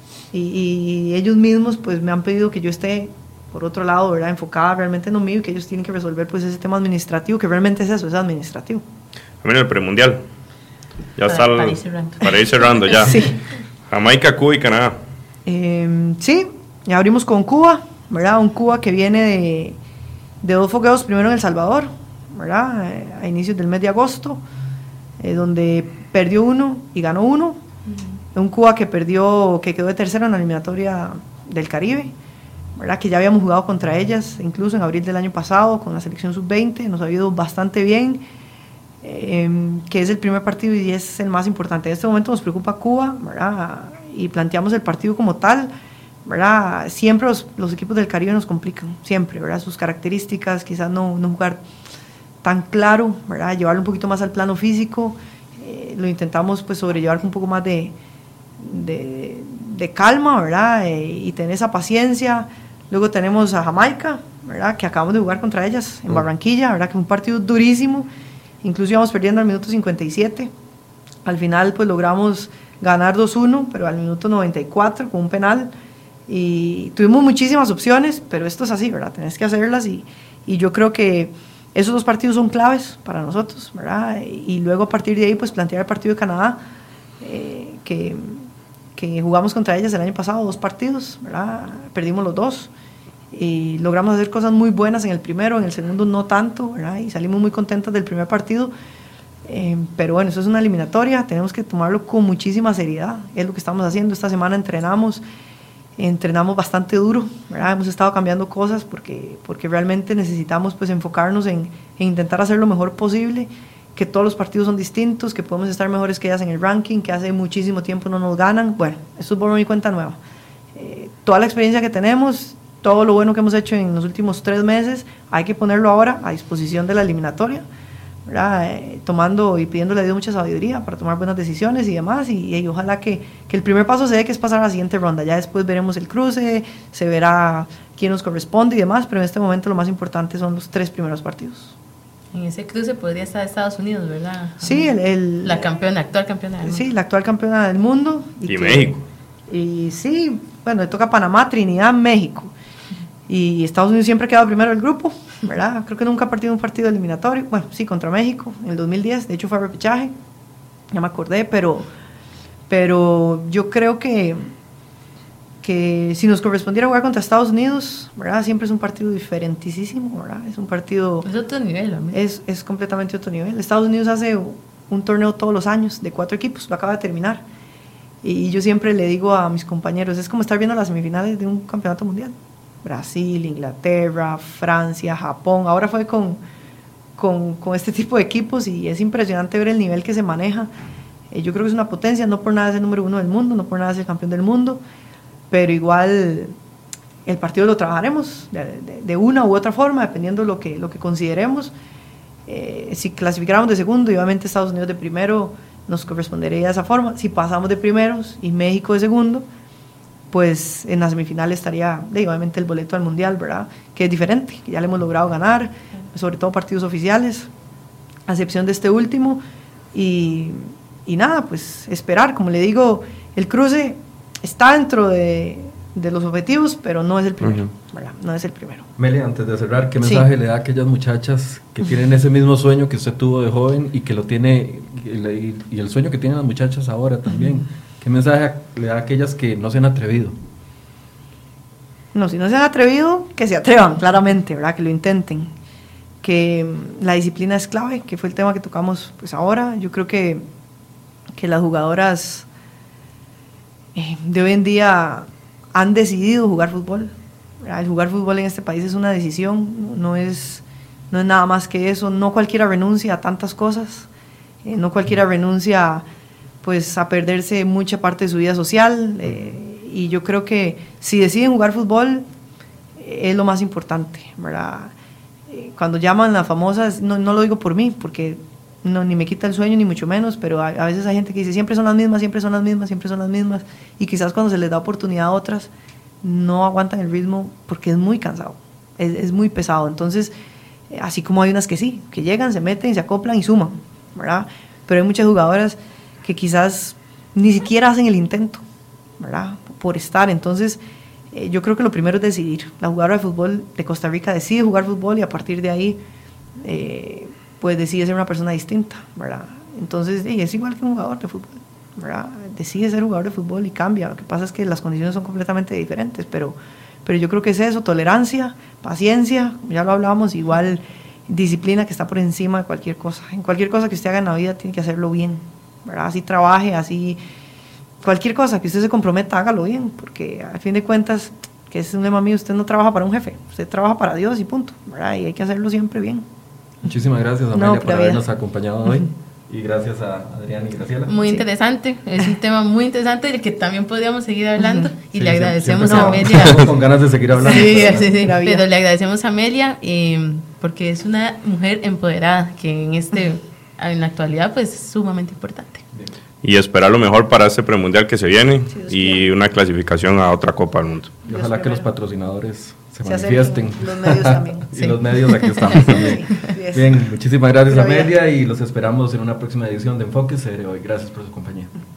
[SPEAKER 4] y ellos mismos, pues me han pedido que yo esté, por otro lado, ¿verdad? Enfocada realmente en lo mío, y que ellos tienen que resolver, pues, ese tema administrativo, que realmente es eso, es administrativo.
[SPEAKER 2] También el premundial. Ya para ir cerrando ya.
[SPEAKER 4] Sí.
[SPEAKER 2] Jamaica, Cuba y Canadá.
[SPEAKER 4] Sí, ya abrimos con Cuba, ¿verdad? Un Cuba que viene de 2 fogueos, primero en El Salvador, ¿verdad? A inicios del mes de agosto, donde perdió 1 y ganó 1. Un Cuba que quedó de tercero en la eliminatoria del Caribe, ¿verdad? Que ya habíamos jugado contra ellas, incluso en abril del año pasado, con la selección sub-20, nos ha ido bastante bien, que es el primer partido y es el más importante. En este momento nos preocupa Cuba, ¿verdad? Y planteamos el partido como tal, ¿verdad? Siempre los equipos del Caribe nos complican, siempre, ¿verdad? Sus características, quizás no jugar tan claro, ¿verdad? Llevarlo un poquito más al plano físico, lo intentamos pues sobrellevar con un poco más de calma, ¿verdad? Y tener esa paciencia. Luego tenemos a Jamaica, ¿verdad? Que acabamos de jugar contra ellas en Barranquilla, ¿verdad? Que fue un partido durísimo, incluso íbamos perdiendo al minuto 57, al final pues logramos ganar 2-1, pero al minuto 94 con un penal, y tuvimos muchísimas opciones, pero esto es así, ¿verdad? Tenés que hacerlas, y yo creo que esos 2 partidos son claves para nosotros, ¿verdad? Y luego a partir de ahí pues plantear el partido de Canadá, que jugamos contra ellas el año pasado, 2 partidos, ¿verdad? Perdimos los 2 y logramos hacer cosas muy buenas en el primero, en el segundo no tanto, ¿verdad? Y salimos muy contentos del primer partido, pero bueno, eso es una eliminatoria, tenemos que tomarlo con muchísima seriedad, es lo que estamos haciendo. Esta semana entrenamos bastante duro, ¿verdad? Hemos estado cambiando cosas porque realmente necesitamos pues enfocarnos en intentar hacer lo mejor posible, que todos los partidos son distintos, que podemos estar mejores que ellas en el ranking, que hace muchísimo tiempo no nos ganan. Bueno, eso es por mi cuenta nueva. Toda la experiencia que tenemos, todo lo bueno que hemos hecho en los últimos 3 meses, hay que ponerlo ahora a disposición de la eliminatoria, ¿verdad? Tomando y pidiéndole a Dios mucha sabiduría para tomar buenas decisiones y demás, y ojalá que el primer paso se dé, que es pasar a la siguiente ronda. Ya después veremos el cruce, se verá quién nos corresponde y demás, pero en este momento lo más importante son los 3 primeros partidos.
[SPEAKER 3] En ese cruce podría estar Estados Unidos, ¿verdad?
[SPEAKER 4] Sí,
[SPEAKER 3] la actual campeona del mundo.
[SPEAKER 4] Sí, la actual campeona del mundo.
[SPEAKER 2] Y México.
[SPEAKER 4] Y sí, bueno, le toca Panamá, Trinidad, México. Y Estados Unidos siempre ha quedado primero del grupo, ¿verdad? Creo que nunca ha perdido un partido eliminatorio. Bueno, sí, contra México en el 2010, de hecho fue a repechaje, ya me acordé, pero yo creo que si nos correspondiera jugar contra Estados Unidos, ¿verdad? Siempre es un partido diferentísimo, ¿verdad? Es un partido...
[SPEAKER 3] Es otro nivel, amigo.
[SPEAKER 4] Es completamente otro nivel. Estados Unidos hace un torneo todos los años de 4 equipos, lo acaba de terminar. Y yo siempre le digo a mis compañeros, es como estar viendo las semifinales de un campeonato mundial. Brasil, Inglaterra, Francia, Japón. Ahora fue con este tipo de equipos y es impresionante ver el nivel que se maneja. Yo creo que es una potencia, no por nada es el número 1 del mundo, no por nada es el campeón del mundo, pero igual el partido lo trabajaremos de una u otra forma, dependiendo lo que consideremos. Si clasificáramos de segundo y obviamente Estados Unidos de primero, nos correspondería de esa forma. Si pasamos de primeros y México de segundo, pues en la semifinal estaría obviamente el boleto al Mundial, ¿verdad? Que es diferente, que ya le hemos logrado ganar, sobre todo partidos oficiales, a excepción de este último, y nada, pues esperar. Como le digo, el cruce está dentro de los objetivos, pero no es el primero, ¿verdad? No es el primero.
[SPEAKER 1] Meli, antes de cerrar, ¿qué mensaje le da a aquellas muchachas que tienen ese mismo sueño que usted tuvo de joven y que lo tiene, y el sueño que tienen las muchachas ahora también? ¿Qué mensaje le da a aquellas que no se han atrevido?
[SPEAKER 4] No, si no se han atrevido, que se atrevan, claramente, ¿verdad? Que lo intenten. Que la disciplina es clave, que fue el tema que tocamos pues ahora. Yo creo que las jugadoras de hoy en día han decidido jugar fútbol, ¿verdad? El jugar fútbol en este país es una decisión, no es nada más que eso. No cualquiera renuncia a tantas cosas, no cualquiera renuncia pues a perderse mucha parte de su vida social, y yo creo que si deciden jugar fútbol es lo más importante, ¿verdad? Cuando llaman las famosas, no lo digo por mí, porque ni me quita el sueño ni mucho menos, pero a veces hay gente que dice siempre son las mismas, siempre son las mismas, siempre son las mismas, y quizás cuando se les da oportunidad a otras no aguantan el ritmo porque es muy cansado, es muy pesado. Entonces, así como hay unas que sí, que llegan, se meten, se acoplan y suman, ¿verdad? Pero hay muchas jugadoras que quizás ni siquiera hacen el intento, ¿verdad? Por estar. Entonces, yo creo que lo primero es decidir. La jugadora de fútbol de Costa Rica decide jugar fútbol y a partir de ahí pues decide ser una persona distinta, ¿verdad? Entonces, es igual que un jugador de fútbol, ¿verdad? Decide ser jugador de fútbol y cambia. Lo que pasa es que las condiciones son completamente diferentes, pero yo creo que es eso: tolerancia, paciencia, ya lo hablábamos, igual disciplina, que está por encima de cualquier cosa. En cualquier cosa que usted haga en la vida tiene que hacerlo bien, ¿verdad? Así trabaje, así cualquier cosa que usted se comprometa, hágalo bien, porque al fin de cuentas, que es un lema mío, usted no trabaja para un jefe, usted trabaja para Dios y punto, ¿verdad? Y hay que hacerlo siempre bien.
[SPEAKER 1] Muchísimas gracias, Amelia, por habernos acompañado hoy, y gracias a Adrián y Graciela.
[SPEAKER 3] Muy interesante, es un tema muy interesante del que también podríamos seguir hablando, y le agradecemos a Amelia.
[SPEAKER 1] Con ganas de seguir hablando.
[SPEAKER 3] Sí, pero le agradecemos a Amelia porque es una mujer empoderada que en la actualidad pues es sumamente importante.
[SPEAKER 2] Bien. Y esperar lo mejor para este premundial que se viene, y una clasificación a otra Copa del Mundo.
[SPEAKER 1] Y ojalá que los patrocinadores se manifiesten.
[SPEAKER 4] Los medios también.
[SPEAKER 1] Y los medios, aquí estamos también. Bien, muchísimas gracias, Amelia, y los esperamos en una próxima edición de Enfoque Cerebro. Gracias por su compañía.